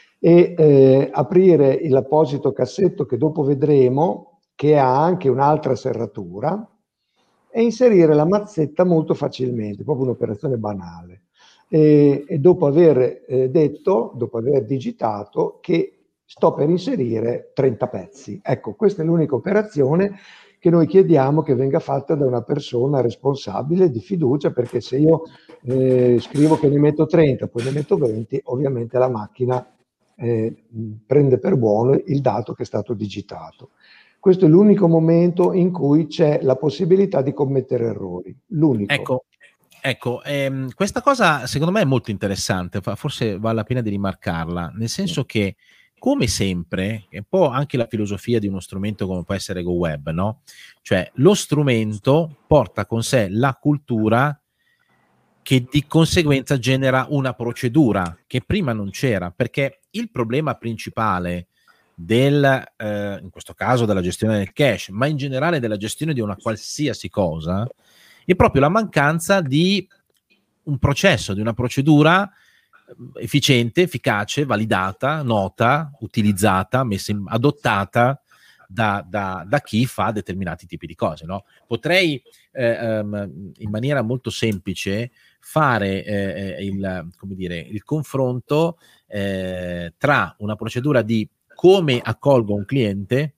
e aprire l'apposito cassetto che dopo vedremo, che ha anche un'altra serratura, e inserire la mazzetta molto facilmente, proprio un'operazione banale. E dopo aver dopo aver digitato che sto per inserire 30 pezzi. Ecco, questa è l'unica operazione che noi chiediamo che venga fatta da una persona responsabile, di fiducia, perché se io scrivo che ne metto 30, poi ne metto 20, ovviamente la macchina prende per buono il dato che è stato digitato. Questo è l'unico momento in cui c'è la possibilità di commettere errori. L'unico. Ecco, questa cosa secondo me è molto interessante, forse vale la pena di rimarcarla, nel senso che, come sempre, è un po' anche la filosofia di uno strumento come può essere GoWeb, no? Cioè, lo strumento porta con sé la cultura che di conseguenza genera una procedura che prima non c'era, perché il problema principale in questo caso della gestione del cash, ma in generale della gestione di una qualsiasi cosa, è proprio la mancanza di un processo, di una procedura efficiente, efficace, validata, nota, utilizzata, adottata da chi fa determinati tipi di cose, no? Potrei in maniera molto semplice fare il confronto tra una procedura di come accolgo un cliente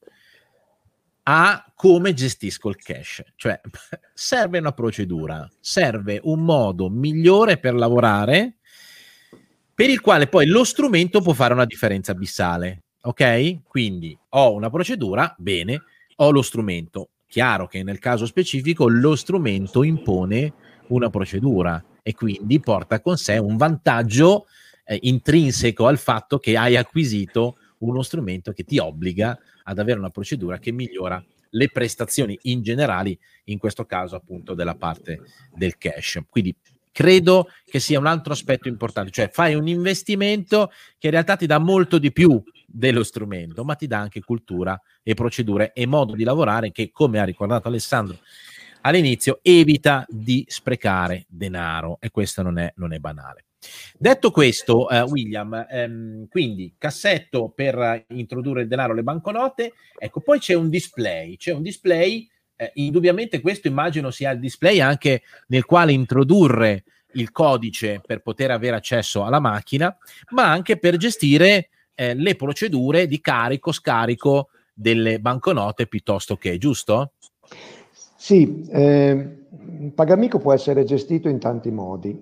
a come gestisco il cash. Cioè serve una procedura, serve un modo migliore per lavorare, per il quale poi lo strumento può fare una differenza abissale. Ok? Quindi ho una procedura, bene, ho lo strumento. Chiaro che nel caso specifico lo strumento impone una procedura e quindi porta con sé un vantaggio intrinseco al fatto che hai acquisito uno strumento che ti obbliga ad avere una procedura che migliora le prestazioni in generale, in questo caso appunto della parte del cash. Quindi credo che sia un altro aspetto importante, cioè fai un investimento che in realtà ti dà molto di più dello strumento, ma ti dà anche cultura e procedure e modo di lavorare che, come ha ricordato Alessandro all'inizio, evita di sprecare denaro, e questo non è banale. Detto questo, William, quindi cassetto per introdurre il denaro, le banconote, ecco, poi c'è un display, indubbiamente questo immagino sia il display anche nel quale introdurre il codice per poter avere accesso alla macchina, ma anche per gestire le procedure di carico, scarico delle banconote piuttosto che, giusto? Sì, Pagamico può essere gestito in tanti modi.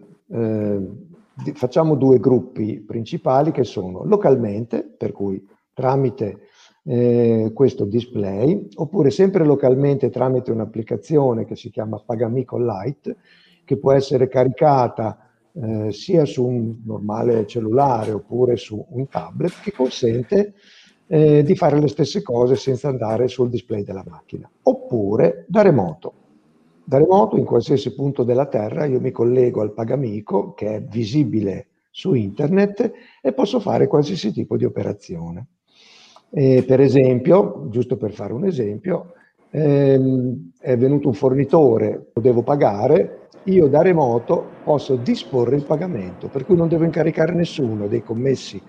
Facciamo due gruppi principali che sono localmente, per cui tramite questo display, oppure sempre localmente tramite un'applicazione che si chiama Pagamico Lite, che può essere caricata sia su un normale cellulare oppure su un tablet, che consente di fare le stesse cose senza andare sul display della macchina. Oppure da remoto. Da remoto, in qualsiasi punto della terra, io mi collego al Pagamico, che è visibile su internet, e posso fare qualsiasi tipo di operazione. Per esempio, giusto per fare un esempio, è venuto un fornitore, lo devo pagare, io da remoto posso disporre il pagamento, per cui non devo incaricare nessuno dei commessi,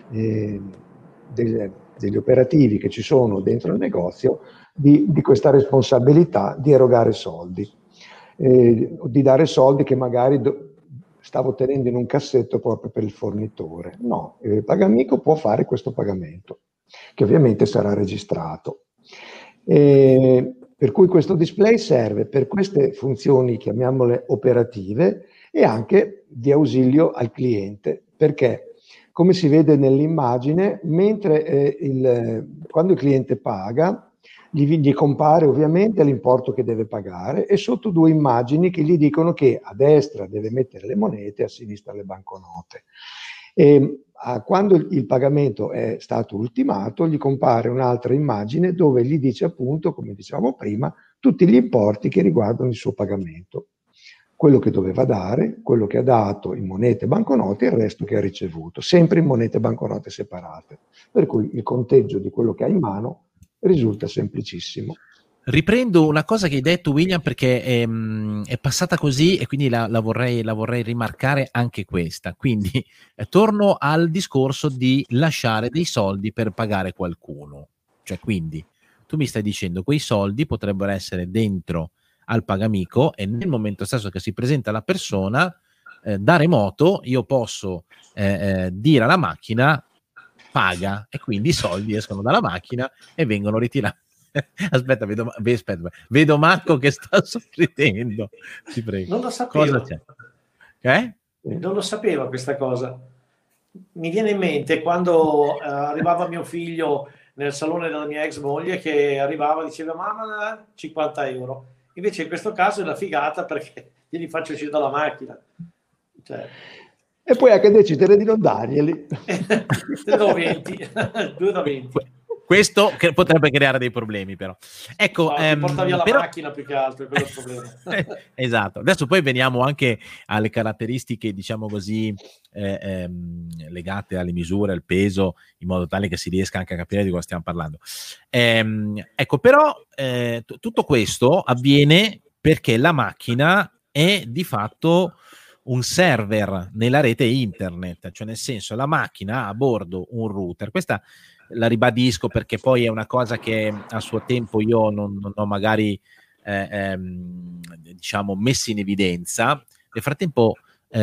degli operativi che ci sono dentro il negozio, di questa responsabilità di erogare soldi, di dare soldi che magari stavo tenendo in un cassetto proprio per il fornitore. No, Pagamico può fare questo pagamento, che ovviamente sarà registrato. Per cui questo display serve per queste funzioni, chiamiamole operative, e anche di ausilio al cliente, perché come si vede nell'immagine, mentre quando il cliente paga, gli compare ovviamente l'importo che deve pagare e sotto due immagini che gli dicono che a destra deve mettere le monete e a sinistra le banconote. Quando il pagamento è stato ultimato, gli compare un'altra immagine dove gli dice appunto, come dicevamo prima, tutti gli importi che riguardano il suo pagamento. Quello che doveva dare, quello che ha dato in monete e banconote e il resto che ha ricevuto, sempre in monete e banconote separate. Per cui il conteggio di quello che ha in mano risulta semplicissimo. Riprendo una cosa che hai detto, William, perché è passata così e quindi la vorrei rimarcare anche questa. Quindi torno al discorso di lasciare dei soldi per pagare qualcuno. Cioè, quindi tu mi stai dicendo quei soldi potrebbero essere dentro al Pagamico e nel momento stesso che si presenta la persona, da remoto io posso dire alla macchina paga, e quindi i soldi escono dalla macchina e vengono ritirati. Aspetta, vedo Marco che sta sorridendo. Ti prego. Non lo sapevo. Cosa c'è? Non lo sapevo questa cosa. Mi viene in mente quando arrivava mio figlio nel salone della mia ex moglie, che arrivava e diceva mamma 50 euro. Invece in questo caso è una figata perché glieli faccio uscire dalla macchina. Cioè... E poi anche decidere di non darglieli. 2 da 20. Questo che potrebbe creare dei problemi, però. Ecco, porta via la macchina più che altro, è quello il problema. Esatto. Adesso poi veniamo anche alle caratteristiche, diciamo così, legate alle misure, al peso, in modo tale che si riesca anche a capire di cosa stiamo parlando. Ecco, però tutto questo avviene perché la macchina è di fatto un server nella rete internet, cioè nel senso la macchina ha a bordo un router. Questa la ribadisco perché poi è una cosa che a suo tempo io non ho magari diciamo messo in evidenza. Nel frattempo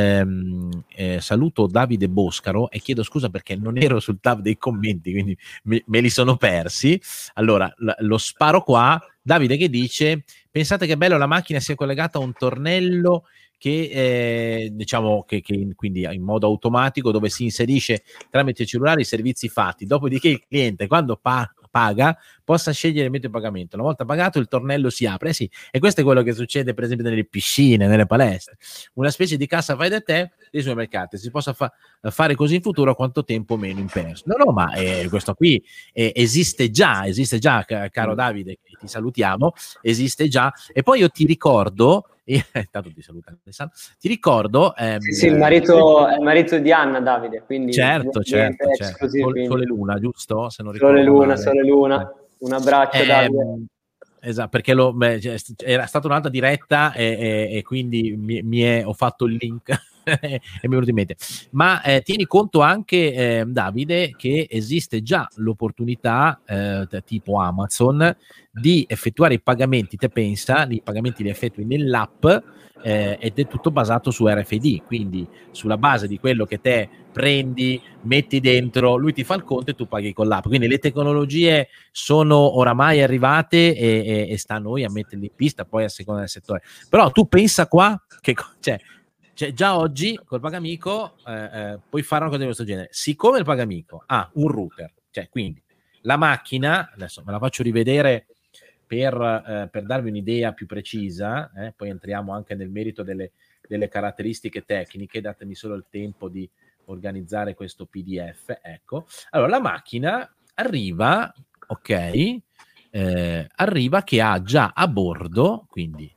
saluto Davide Boscaro e chiedo scusa perché non ero sul tab dei commenti, quindi me li sono persi. Allora lo sparo qua. Davide che dice: pensate che bello la macchina sia collegata a un tornello che diciamo che quindi in modo automatico, dove si inserisce tramite cellulare i servizi fatti, dopodiché il cliente quando paga possa scegliere il metodo di pagamento. Una volta pagato il tornello si apre. Sì, e questo è quello che succede per esempio nelle piscine, nelle palestre, una specie di cassa fai da te dei supermercati. Si possa fare così in futuro, quanto tempo meno imperso. No, ma questo qui esiste già, caro Davide, ti salutiamo, esiste già. E poi io ti ricordo, intanto ti saluto Alessandro, ti ricordo sì, il marito di Anna, Davide, quindi certo. Sole Luna, giusto? Se non ricordo Sole Luna, un abbraccio Davide. Esatto, perché era stata un'altra diretta e quindi ho fatto il link e mi è venuto in mente. Ma tieni conto anche, Davide, che esiste già l'opportunità tipo Amazon di effettuare i pagamenti. Te pensa, i pagamenti li effettui nell'app ed è tutto basato su RFID, quindi sulla base di quello che te prendi, metti dentro, lui ti fa il conto e tu paghi con l'app. Quindi le tecnologie sono oramai arrivate e sta a noi a metterli in pista, poi a seconda del settore. Però tu pensa qua che cioè già oggi col Pagamico puoi fare una cosa di questo genere. Siccome il Pagamico ha un router, cioè quindi la macchina, adesso me la faccio rivedere per darvi un'idea più precisa, poi entriamo anche nel merito delle caratteristiche tecniche, datemi solo il tempo di organizzare questo PDF. Ecco, allora la macchina arriva, ok, arriva che ha già a bordo, quindi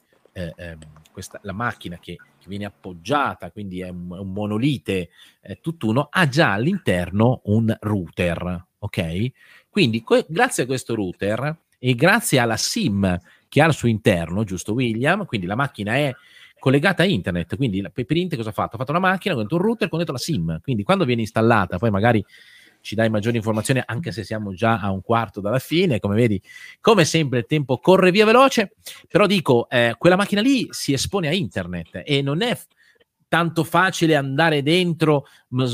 la macchina che viene appoggiata, quindi è un monolite tutt'uno, ha già all'interno un router, ok? Quindi grazie a questo router e grazie alla SIM che ha al suo interno, giusto William? Quindi la macchina è collegata a internet, quindi la Paperint cosa ha fatto? Ha fatto una macchina con un router con dentro la SIM, quindi quando viene installata, poi magari ci dai maggiori informazioni, anche se siamo già a un quarto dalla fine, come vedi, come sempre il tempo corre via veloce, però dico, quella macchina lì si espone a internet e non è tanto facile andare dentro,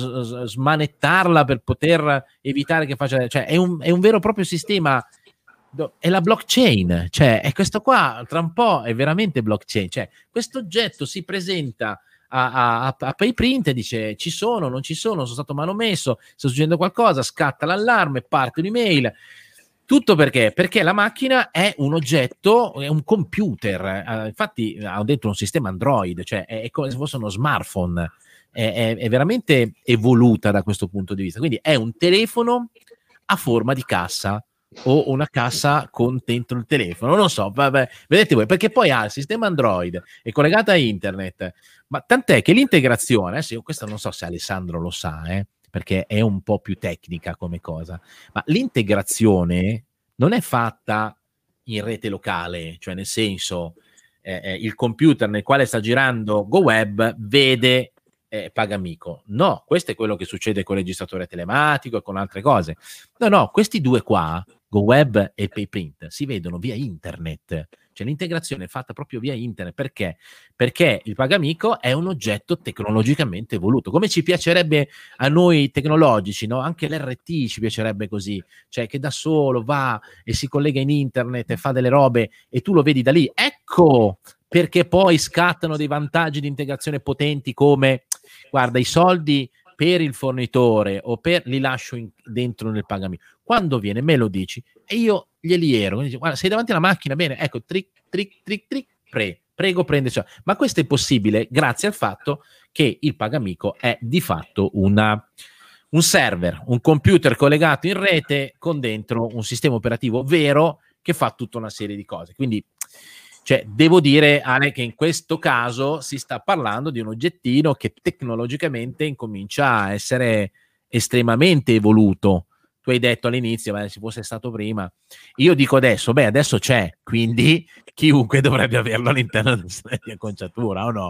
smanettarla per poter evitare che faccia, cioè è un vero e proprio sistema. È la blockchain, cioè è questo qua, tra un po' è veramente blockchain, cioè questo oggetto si presenta a Payprint e dice ci sono, non ci sono stato manomesso, sta succedendo qualcosa, scatta l'allarme, parte un'email, tutto perché la macchina è un oggetto, è un computer, infatti ho detto un sistema Android, cioè è come se fosse uno smartphone, è veramente evoluta da questo punto di vista, quindi è un telefono a forma di cassa o una cassa con dentro il telefono, non so, vabbè, vedete voi, perché poi ha il sistema Android, è collegata a internet, ma tant'è che l'integrazione, adesso io questo non so se Alessandro lo sa, perché è un po' più tecnica come cosa, ma l'integrazione non è fatta in rete locale, cioè nel senso il computer nel quale sta girando GoWeb vede Pagamico. No, questo è quello che succede con il registratore telematico e con altre cose. No, questi due qua, GoWeb e Payprint, si vedono via internet. Cioè l'integrazione è fatta proprio via internet. Perché? Perché il Pagamico è un oggetto tecnologicamente evoluto. Come ci piacerebbe a noi tecnologici, no? Anche l'RT ci piacerebbe così. Cioè che da solo va e si collega in internet e fa delle robe e tu lo vedi da lì. Ecco perché poi scattano dei vantaggi di integrazione potenti come, guarda, i soldi per il fornitore o li lascio dentro nel Pagamico. Quando viene me lo dici e io glieli ero. Quindi, guarda, sei davanti alla macchina, bene, ecco, prego, prendi. Ma questo è possibile grazie al fatto che il Pagamico è di fatto un server, un computer collegato in rete con dentro un sistema operativo vero che fa tutta una serie di cose. Quindi cioè, devo dire, Ale, che in questo caso si sta parlando di un oggettino che tecnologicamente incomincia a essere estremamente evoluto. Tu hai detto all'inizio, se fosse stato prima. Io dico adesso, adesso c'è, quindi chiunque dovrebbe averlo all'interno di acconciatura, o no?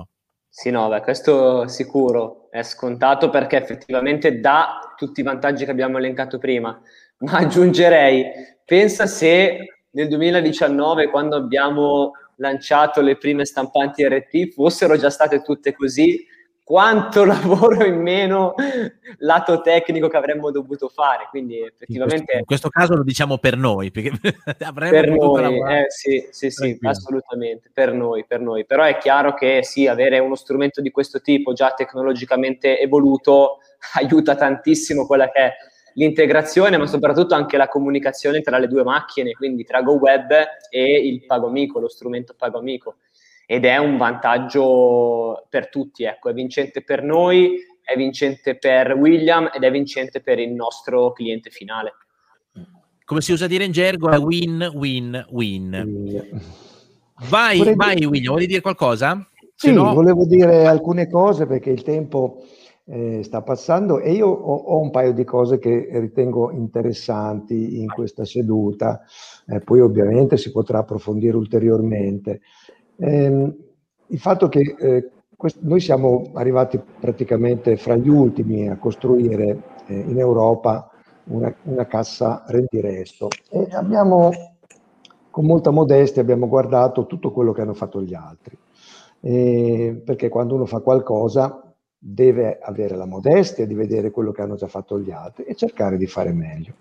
Sì, no, beh, questo sicuro è scontato perché effettivamente dà tutti i vantaggi che abbiamo elencato prima, ma aggiungerei, pensa se nel 2019, quando abbiamo lanciato le prime stampanti RT, fossero già state tutte così, quanto lavoro in meno lato tecnico che avremmo dovuto fare, quindi effettivamente... In questo caso lo diciamo per noi, perché avremmo Per potuto noi, lavorare sì, assolutamente, per noi, però è chiaro che sì, avere uno strumento di questo tipo già tecnologicamente evoluto aiuta tantissimo quella che è l'integrazione, ma soprattutto anche la comunicazione tra le due macchine, quindi tra GoWeb e il PagoAmico, lo strumento PagoAmico, ed è un vantaggio per tutti, ecco, è vincente per noi, è vincente per William ed è vincente per il nostro cliente finale. Come si usa dire in gergo, è win-win-win. Vai William, vuoi dire qualcosa? Sì, volevo dire alcune cose perché il tempo sta passando e io ho un paio di cose che ritengo interessanti in questa seduta, poi ovviamente si potrà approfondire ulteriormente. Il fatto che noi siamo arrivati praticamente fra gli ultimi a costruire in Europa una cassa rendiresto e abbiamo, con molta modestia, abbiamo guardato tutto quello che hanno fatto gli altri. Perché quando uno fa qualcosa deve avere la modestia di vedere quello che hanno già fatto gli altri e cercare di fare meglio.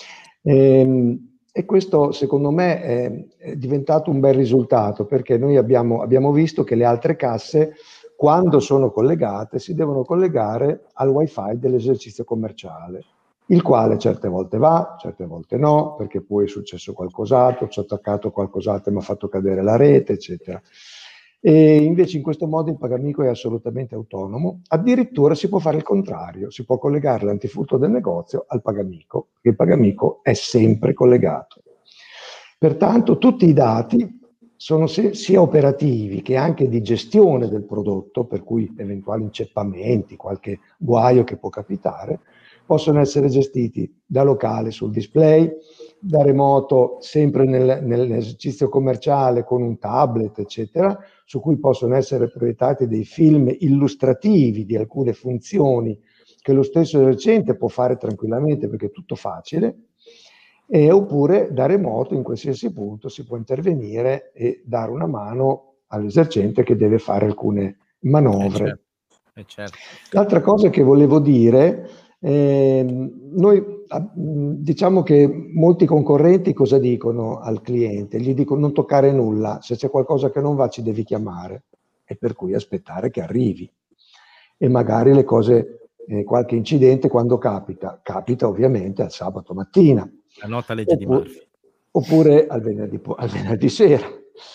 E questo secondo me è diventato un bel risultato, perché noi abbiamo visto che le altre casse, quando sono collegate, si devono collegare al wifi dell'esercizio commerciale, il quale certe volte va, certe volte no, perché poi è successo qualcos'altro, ci ha attaccato qualcos'altro e mi ha fatto cadere la rete, eccetera. E invece in questo modo il PagoAmico è assolutamente autonomo, addirittura si può fare il contrario, si può collegare l'antifurto del negozio al PagoAmico, perché il PagoAmico è sempre collegato. Pertanto tutti i dati sono sia operativi che anche di gestione del prodotto, per cui eventuali inceppamenti, qualche guaio che può capitare, possono essere gestiti da locale sul display, da remoto sempre nell'esercizio commerciale con un tablet, eccetera, su cui possono essere proiettati dei film illustrativi di alcune funzioni che lo stesso esercente può fare tranquillamente perché è tutto facile, oppure da remoto in qualsiasi punto si può intervenire e dare una mano all'esercente che deve fare alcune manovre. Certo. L'altra cosa che volevo dire, noi diciamo che molti concorrenti cosa dicono al cliente? Gli dicono non toccare nulla, se c'è qualcosa che non va ci devi chiamare, e per cui aspettare che arrivi. E magari le cose, qualche incidente quando capita ovviamente al sabato mattina. La nota legge di Murphy. Oppure al venerdì sera.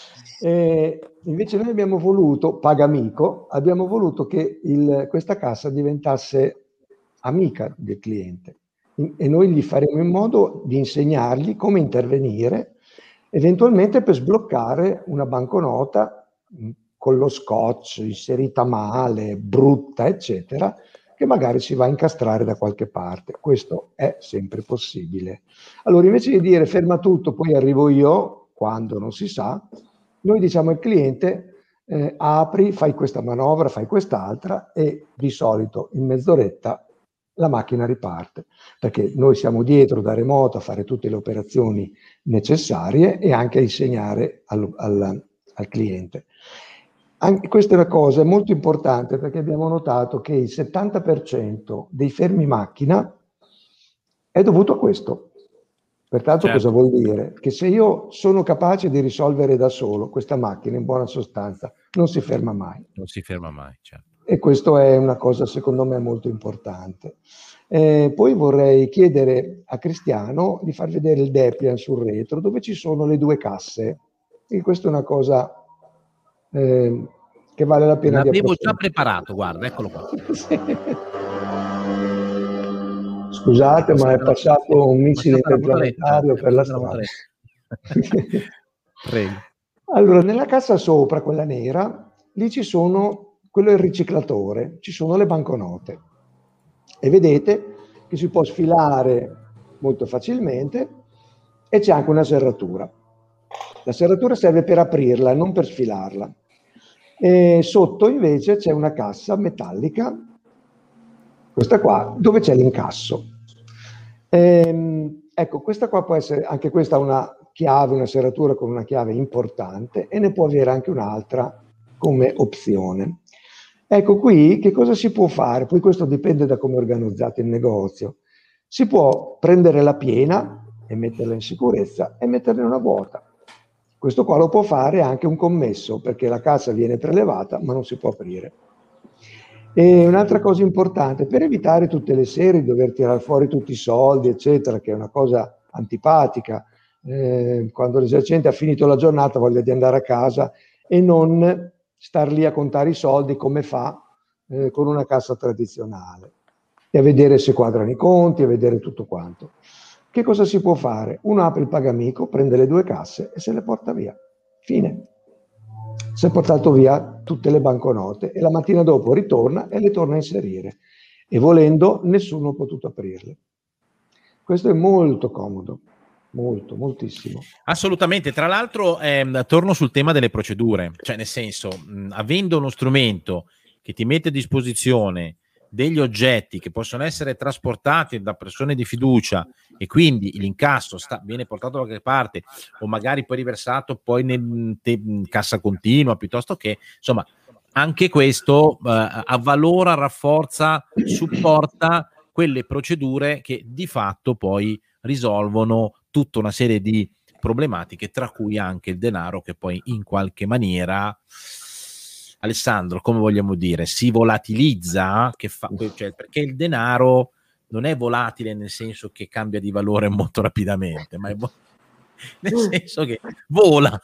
Invece noi abbiamo voluto, PagoAmico, abbiamo voluto che questa cassa diventasse amica del cliente e noi gli faremo in modo di insegnargli come intervenire, eventualmente per sbloccare una banconota con lo scotch, inserita male, brutta, eccetera, che magari si va a incastrare da qualche parte. Questo è sempre possibile. Allora, invece di dire ferma tutto, poi arrivo io, quando non si sa, noi diciamo al cliente apri, fai questa manovra, fai quest'altra e di solito in mezz'oretta la macchina riparte, perché noi siamo dietro da remoto a fare tutte le operazioni necessarie e anche a insegnare al cliente. Questa è una cosa molto importante perché abbiamo notato che il 70% dei fermi macchina è dovuto a questo. Pertanto cosa vuol dire? Che se io sono capace di risolvere da solo questa macchina, in buona sostanza, non si ferma mai. Non si ferma mai, certo. E questo è una cosa secondo me molto importante. Poi vorrei chiedere a Cristiano di far vedere il Depliant sul retro dove ci sono le due casse. E questa è una cosa che vale la pena di approfondire. L'avevo già preparato, guarda, eccolo qua. Sì. Scusate, ma è passato un missile interplanetario per la strada. Prego. Allora, nella cassa sopra, quella nera, lì ci sono, quello è il riciclatore, ci sono le banconote. E vedete che si può sfilare molto facilmente e c'è anche una serratura. La serratura serve per aprirla, non per sfilarla. E sotto invece c'è una cassa metallica, questa qua, dove c'è l'incasso. Ecco, questa qua può essere, anche questa una chiave, una serratura con una chiave importante, e ne può avere anche un'altra come opzione. Ecco qui che cosa si può fare? Poi questo dipende da come è organizzato il negozio. Si può prendere la piena e metterla in sicurezza e metterne una vuota. Questo qua lo può fare anche un commesso, perché la cassa viene prelevata ma non si può aprire. E un'altra cosa importante, per evitare tutte le sere di dover tirare fuori tutti i soldi, eccetera, che è una cosa antipatica, quando l'esercente ha finito la giornata voglia di andare a casa e non star lì a contare i soldi come fa con una cassa tradizionale, e a vedere se quadrano i conti, a vedere tutto quanto. Che cosa si può fare? Uno apre il Pagamico, prende le 2 casse e se le porta via. Fine. Si è portato via tutte le banconote e la mattina dopo ritorna e le torna a inserire. E volendo nessuno ha potuto aprirle. Questo è molto comodo, moltissimo. Assolutamente. Tra l'altro, torno sul tema delle procedure, cioè nel senso, avendo uno strumento che ti mette a disposizione degli oggetti che possono essere trasportati da persone di fiducia e quindi l'incasso viene portato da qualche parte o magari poi riversato poi in cassa continua, piuttosto che, insomma, anche questo avvalora, rafforza, supporta quelle procedure che di fatto poi risolvono tutta una serie di problematiche, tra cui anche il denaro, che poi in qualche maniera, Alessandro, come vogliamo dire, si volatilizza, cioè, perché il denaro non è volatile nel senso che cambia di valore molto rapidamente, ma è nel senso che vola,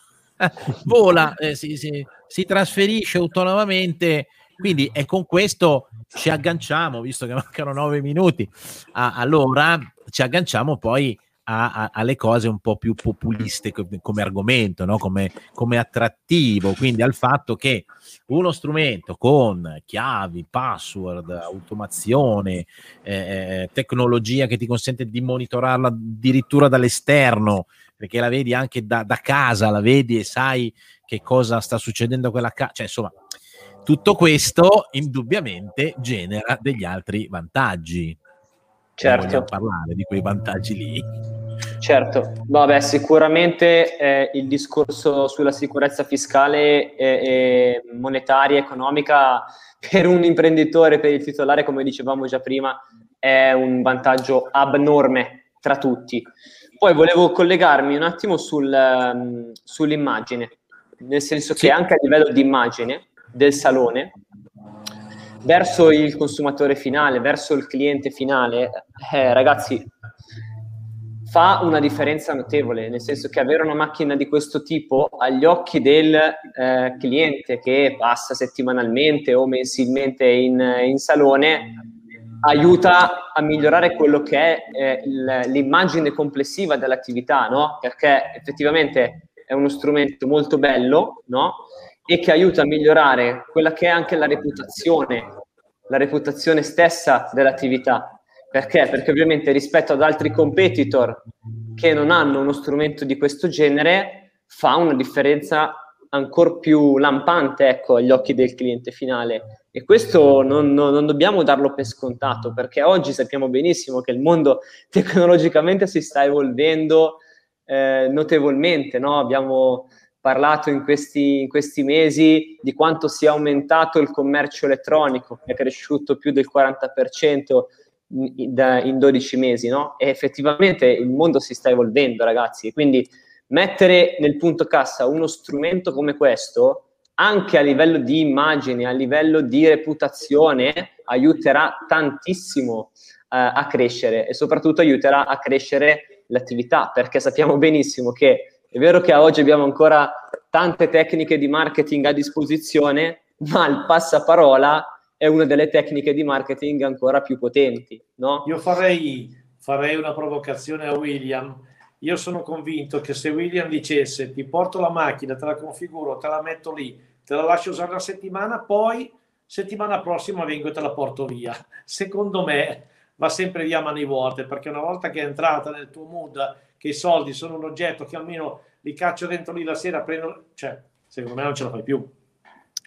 si trasferisce autonomamente. Quindi è con questo ci agganciamo, visto che mancano 9 minuti allora, ci agganciamo poi alle cose un po' più populiste come argomento, no? come attrattivo, quindi al fatto che uno strumento con chiavi, password, automazione, tecnologia che ti consente di monitorarla addirittura dall'esterno, perché la vedi anche da casa, la vedi e sai che cosa sta succedendo a quella casa, cioè insomma tutto questo indubbiamente genera degli altri vantaggi. Certo. Vogliamo parlare di quei vantaggi lì? Certo, vabbè, sicuramente il discorso sulla sicurezza fiscale e monetaria, economica, per un imprenditore, per il titolare, come dicevamo già prima, è un vantaggio abnorme tra tutti. Poi volevo collegarmi un attimo sull'immagine, nel senso che anche a livello di immagine del salone, verso il consumatore finale, verso il cliente finale, ragazzi, fa una differenza notevole, nel senso che avere una macchina di questo tipo agli occhi del cliente che passa settimanalmente o mensilmente in salone aiuta a migliorare quello che è l'immagine complessiva dell'attività, no? Perché effettivamente è uno strumento molto bello, no? E che aiuta a migliorare quella che è anche la reputazione stessa dell'attività. Perché? Perché ovviamente rispetto ad altri competitor che non hanno uno strumento di questo genere fa una differenza ancora più lampante, ecco, agli occhi del cliente finale. E questo non dobbiamo darlo per scontato, perché oggi sappiamo benissimo che il mondo tecnologicamente si sta evolvendo notevolmente, no? Abbiamo parlato in questi mesi di quanto sia aumentato il commercio elettronico, che è cresciuto più del 40% in 12 mesi, no? E effettivamente il mondo si sta evolvendo, ragazzi, e quindi mettere nel punto cassa uno strumento come questo, anche a livello di immagine, a livello di reputazione, aiuterà tantissimo a crescere, e soprattutto aiuterà a crescere l'attività, perché sappiamo benissimo che è vero che oggi abbiamo ancora tante tecniche di marketing a disposizione, ma il passaparola è una delle tecniche di marketing ancora più potenti, no? Io farei una provocazione a William. Io sono convinto che se William dicesse ti porto la macchina, te la configuro, te la metto lì, te la lascio usare una settimana, poi settimana prossima vengo e te la porto via. Secondo me va sempre via a mani vuote, perché una volta che è entrata nel tuo mood che i soldi sono un oggetto che almeno li caccio dentro lì la sera, prendo, cioè secondo me non ce la fai più.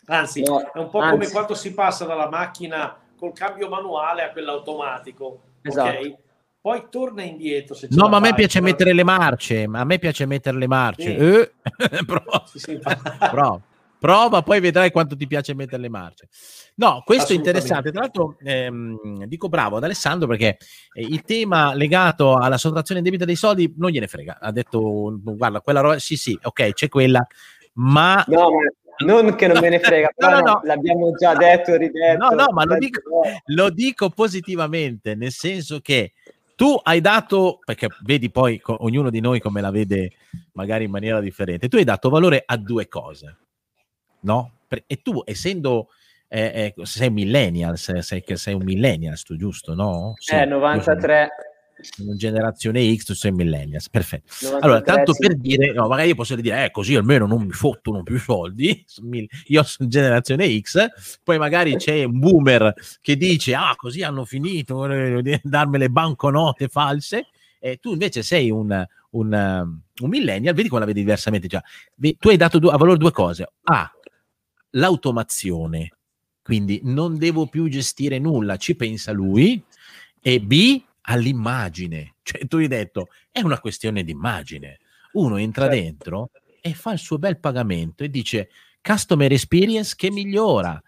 Anzi, No, è un po' come quando si passa dalla macchina col cambio manuale a quello automatico, esatto. ok? Poi torna indietro se ce No, la ma a me fai, piace però- mettere le marce. A me piace mettere le marce. Sì. Prova. Sì, sì. Prova, poi vedrai quanto ti piace mettere le marce. No, questo è interessante. Assolutamente. Tra l'altro, dico bravo ad Alessandro perché il tema legato alla sottrazione indebita dei soldi non gliene frega. Ha detto, guarda, quella roba, sì, ok, c'è quella, ma... No, ma non che non me ne frega, però No. l'abbiamo già detto e ridetto. No, ma lo dico positivamente, nel senso che tu hai dato, perché vedi poi ognuno di noi come la vede magari in maniera differente, tu hai dato valore a due cose, no? E tu, essendo sei millennial, sei un millennial, tu, giusto, no? Sì, io 93. sono generazione X, tu sei millennials, perfetto. 93, Allora, tanto sì. per dire, no, magari io posso dire, così almeno non mi fottono più soldi, io sono generazione X, poi magari c'è un boomer che dice, così hanno finito di darmi le banconote false, e tu invece sei un millennial, vedi come la vedi diversamente già. Tu hai dato a valore due cose. A, l'automazione, quindi non devo più gestire nulla, ci pensa lui, e B, all'immagine. Cioè tu hai detto, è una questione di immagine. Uno entra dentro e fa il suo bel pagamento e dice customer experience che migliora,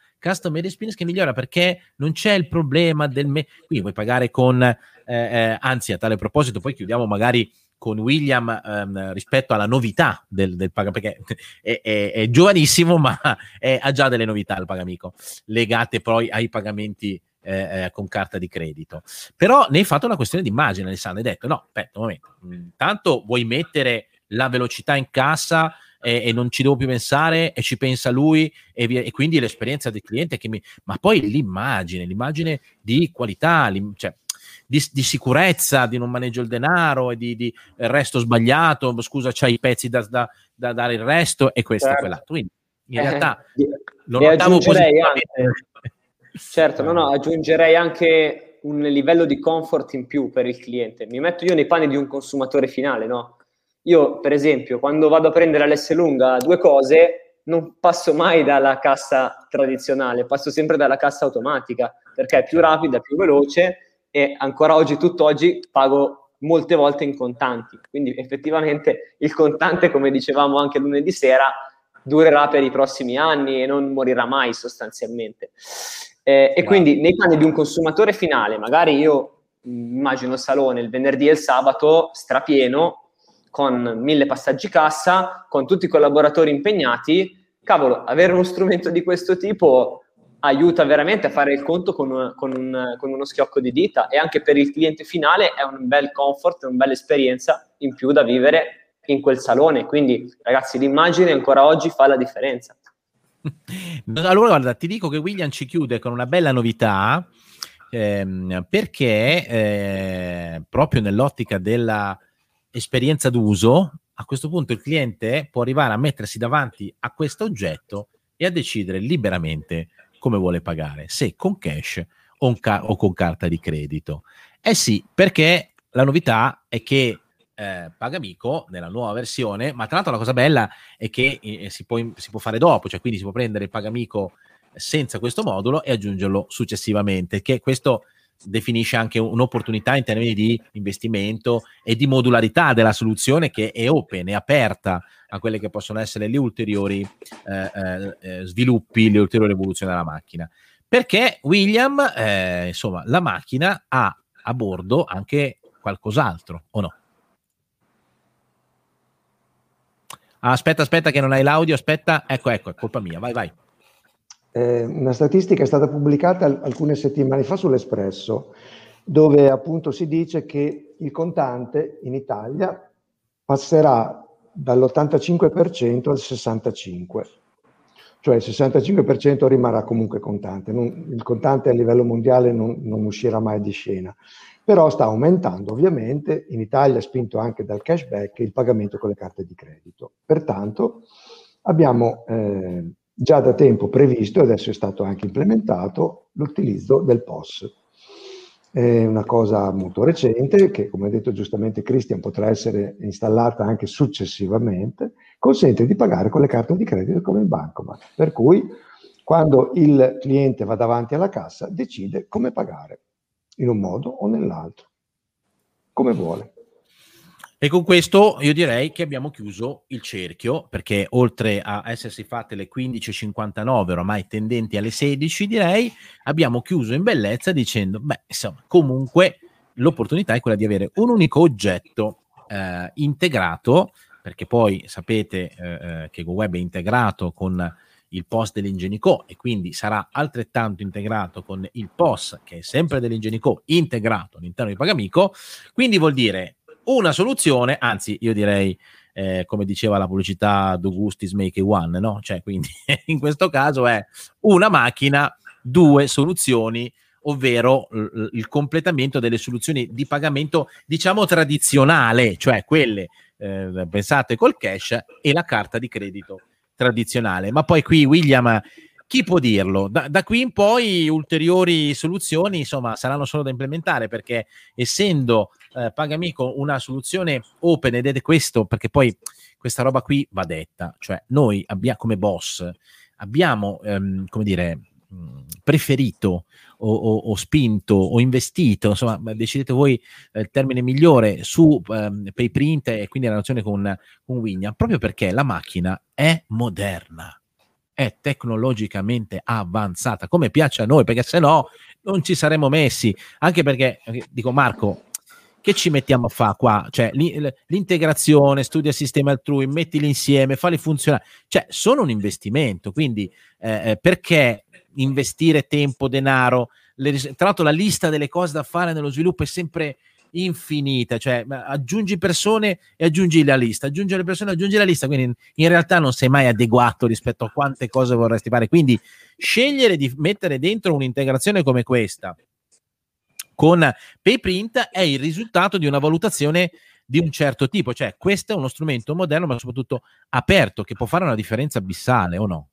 perché non c'è il problema quindi puoi pagare con anzi, a tale proposito poi chiudiamo magari con William rispetto alla novità del pagamento, perché è giovanissimo ma ha già delle novità il Pagamico legate poi ai pagamenti con carta di credito. Però ne hai fatto una questione di immagine, Alessandro, hai detto no, aspetta un momento, tanto vuoi mettere la velocità in cassa e non ci devo più pensare e ci pensa lui e quindi l'esperienza del cliente ma poi l'immagine di qualità, cioè di sicurezza, di non maneggio il denaro e di resto sbagliato, scusa c'hai i pezzi da dare il resto e questo e quell'altro, quindi in realtà lo notavo positivamente. Certo, no, aggiungerei anche un livello di comfort in più per il cliente. Mi metto io nei panni di un consumatore finale, no? Io, per esempio, quando vado a prendere all'Esselunga due cose, non passo mai dalla cassa tradizionale, passo sempre dalla cassa automatica, perché è più rapida, più veloce e ancora oggi, tutt'oggi, pago molte volte in contanti. Quindi effettivamente il contante, come dicevamo anche lunedì sera, durerà per i prossimi anni e non morirà mai sostanzialmente. E quindi nei panni di un consumatore finale, magari io immagino il salone il venerdì e il sabato strapieno, con 1000 passaggi cassa, con tutti i collaboratori impegnati, cavolo, avere uno strumento di questo tipo aiuta veramente a fare il conto con uno schiocco di dita, e anche per il cliente finale è un bel comfort, una bella esperienza in più da vivere in quel salone. Quindi ragazzi, l'immagine ancora oggi fa la differenza. Allora guarda, ti dico che William ci chiude con una bella novità, perché proprio nell'ottica della esperienza d'uso, a questo punto il cliente può arrivare a mettersi davanti a questo oggetto e a decidere liberamente come vuole pagare, se con cash o con carta di credito. Sì, perché la novità è che Pagamico nella nuova versione, ma tra l'altro la cosa bella è che si può fare dopo, cioè quindi si può prendere il Pagamico senza questo modulo e aggiungerlo successivamente, che questo definisce anche un'opportunità in termini di investimento e di modularità della soluzione, che è open, è aperta a quelle che possono essere gli ulteriori sviluppi, le ulteriori evoluzioni della macchina. Perché William, insomma, la macchina ha a bordo anche qualcos'altro, o no? Aspetta che non hai l'audio, aspetta, ecco, è colpa mia, vai. Una statistica è stata pubblicata alcune settimane fa sull'Espresso, dove appunto si dice che il contante in Italia passerà dall'85% al 65%, cioè il 65% rimarrà comunque contante. Il contante a livello mondiale non uscirà mai di scena, però sta aumentando ovviamente in Italia, spinto anche dal cashback e il pagamento con le carte di credito. Pertanto abbiamo già da tempo previsto, e adesso è stato anche implementato, l'utilizzo del POS. È una cosa molto recente che, come ha detto giustamente Christian, potrà essere installata anche successivamente, consente di pagare con le carte di credito come in bancomat, per cui Quando il cliente va davanti alla cassa, decide come pagare, in un modo o nell'altro, come vuole. E con questo io direi che abbiamo chiuso il cerchio, perché oltre a essersi fatte le 15:59, oramai tendenti alle 16, direi, abbiamo chiuso in bellezza dicendo, beh, insomma, comunque l'opportunità è quella di avere un unico oggetto integrato, perché poi sapete che GoWeb è integrato con il POS dell'Ingenico e quindi sarà altrettanto integrato con il POS, che è sempre dell'Ingenico, integrato all'interno di Pagamico, quindi vuol dire una soluzione, anzi io direi come diceva la pubblicità Do Gustis Make One, no? Cioè, quindi in questo caso è una macchina, due soluzioni, ovvero il completamento delle soluzioni di pagamento diciamo tradizionale, cioè quelle pensate col cash e la carta di credito tradizionale. Ma poi qui William, chi può dirlo? Da qui in poi ulteriori soluzioni insomma saranno solo da implementare, perché essendo Pagamico una soluzione open, ed è questo, perché poi questa roba qui va detta, cioè noi abbiamo come boss abbiamo come dire preferito o spinto o investito, insomma decidete voi il termine migliore, su PayPrint e quindi la relazione con William, proprio perché la macchina è moderna, è tecnologicamente avanzata, come piace a noi, perché se no non ci saremmo messi, anche perché dico Marco, che ci mettiamo a fare qua? Cioè l'integrazione, studia sistemi altrui, mettili insieme, falli funzionare, cioè sono un investimento, quindi perché investire tempo, denaro, tra l'altro la lista delle cose da fare nello sviluppo è sempre infinita, cioè aggiungi persone e aggiungi la lista, aggiungi le persone, aggiungi la lista, quindi in realtà non sei mai adeguato rispetto a quante cose vorresti fare, quindi scegliere di mettere dentro un'integrazione come questa con PayPrint è il risultato di una valutazione di un certo tipo, cioè questo è uno strumento moderno ma soprattutto aperto che può fare una differenza abissale, o no?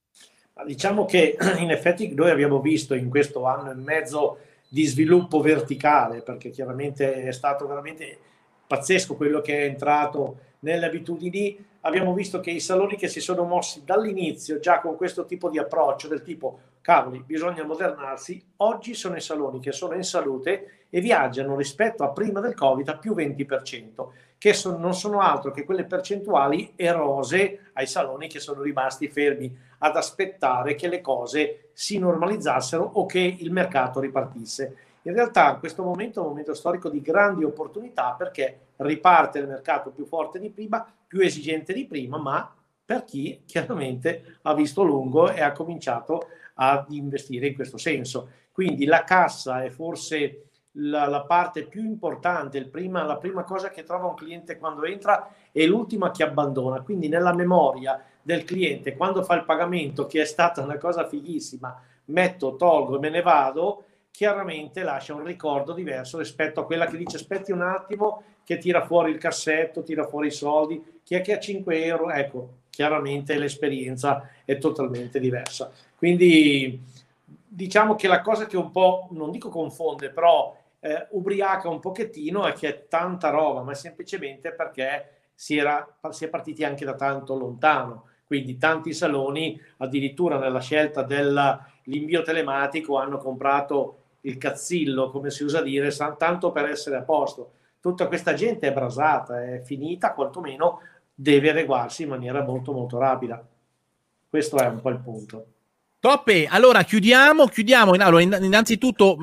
Diciamo che in effetti noi abbiamo visto in questo anno e mezzo di sviluppo verticale, perché chiaramente è stato veramente pazzesco quello che è entrato nelle abitudini. Abbiamo visto che i saloni che si sono mossi dall'inizio già con questo tipo di approccio del tipo cavoli, bisogna modernarsi, oggi sono i saloni che sono in salute e viaggiano rispetto a prima del Covid a più 20%, che non sono altro che quelle percentuali erose ai saloni che sono rimasti fermi ad aspettare che le cose si normalizzassero o che il mercato ripartisse. In realtà questo momento è un momento storico di grandi opportunità, perché riparte il mercato più forte di prima, più esigente di prima, ma per chi chiaramente ha visto lungo e ha cominciato ad investire in questo senso. Quindi la cassa è forse la parte più importante, la prima cosa che trova un cliente quando entra e l'ultima che abbandona. Quindi nella memoria del cliente, quando fa il pagamento, che è stata una cosa fighissima, metto, tolgo e me ne vado, chiaramente lascia un ricordo diverso rispetto a quella che dice aspetti un attimo, che tira fuori il cassetto, tira fuori i soldi, chi è che ha 5 euro? Ecco, chiaramente l'esperienza è totalmente diversa. Quindi diciamo che la cosa che un po', non dico confonde, però ubriaca un pochettino è che è tanta roba, ma è semplicemente perché si è partiti anche da tanto lontano. Quindi tanti saloni, addirittura nella scelta dell'invio telematico, hanno comprato il cazzillo, come si usa dire, tanto per essere a posto. Tutta questa gente è brasata, è finita, quantomeno deve adeguarsi in maniera molto molto rapida. Questo è un po' il punto. Toppe, allora chiudiamo. Allora, innanzitutto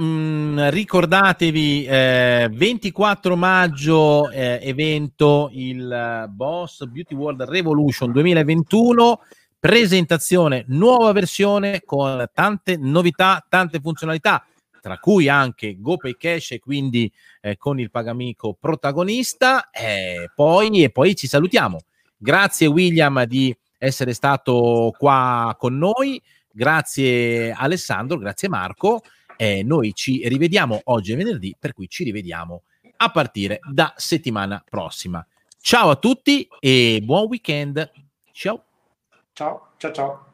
ricordatevi 24 maggio evento, il Boss Beauty World Revolution 2021, presentazione, nuova versione con tante novità, tante funzionalità, tra cui anche GoPay Cash e quindi con il Pagamico protagonista, e poi ci salutiamo. Grazie William di essere stato qua con noi. Grazie Alessandro, grazie Marco. Noi ci rivediamo oggi è venerdì, per cui ci rivediamo a partire da settimana prossima. Ciao a tutti e buon weekend. Ciao. Ciao.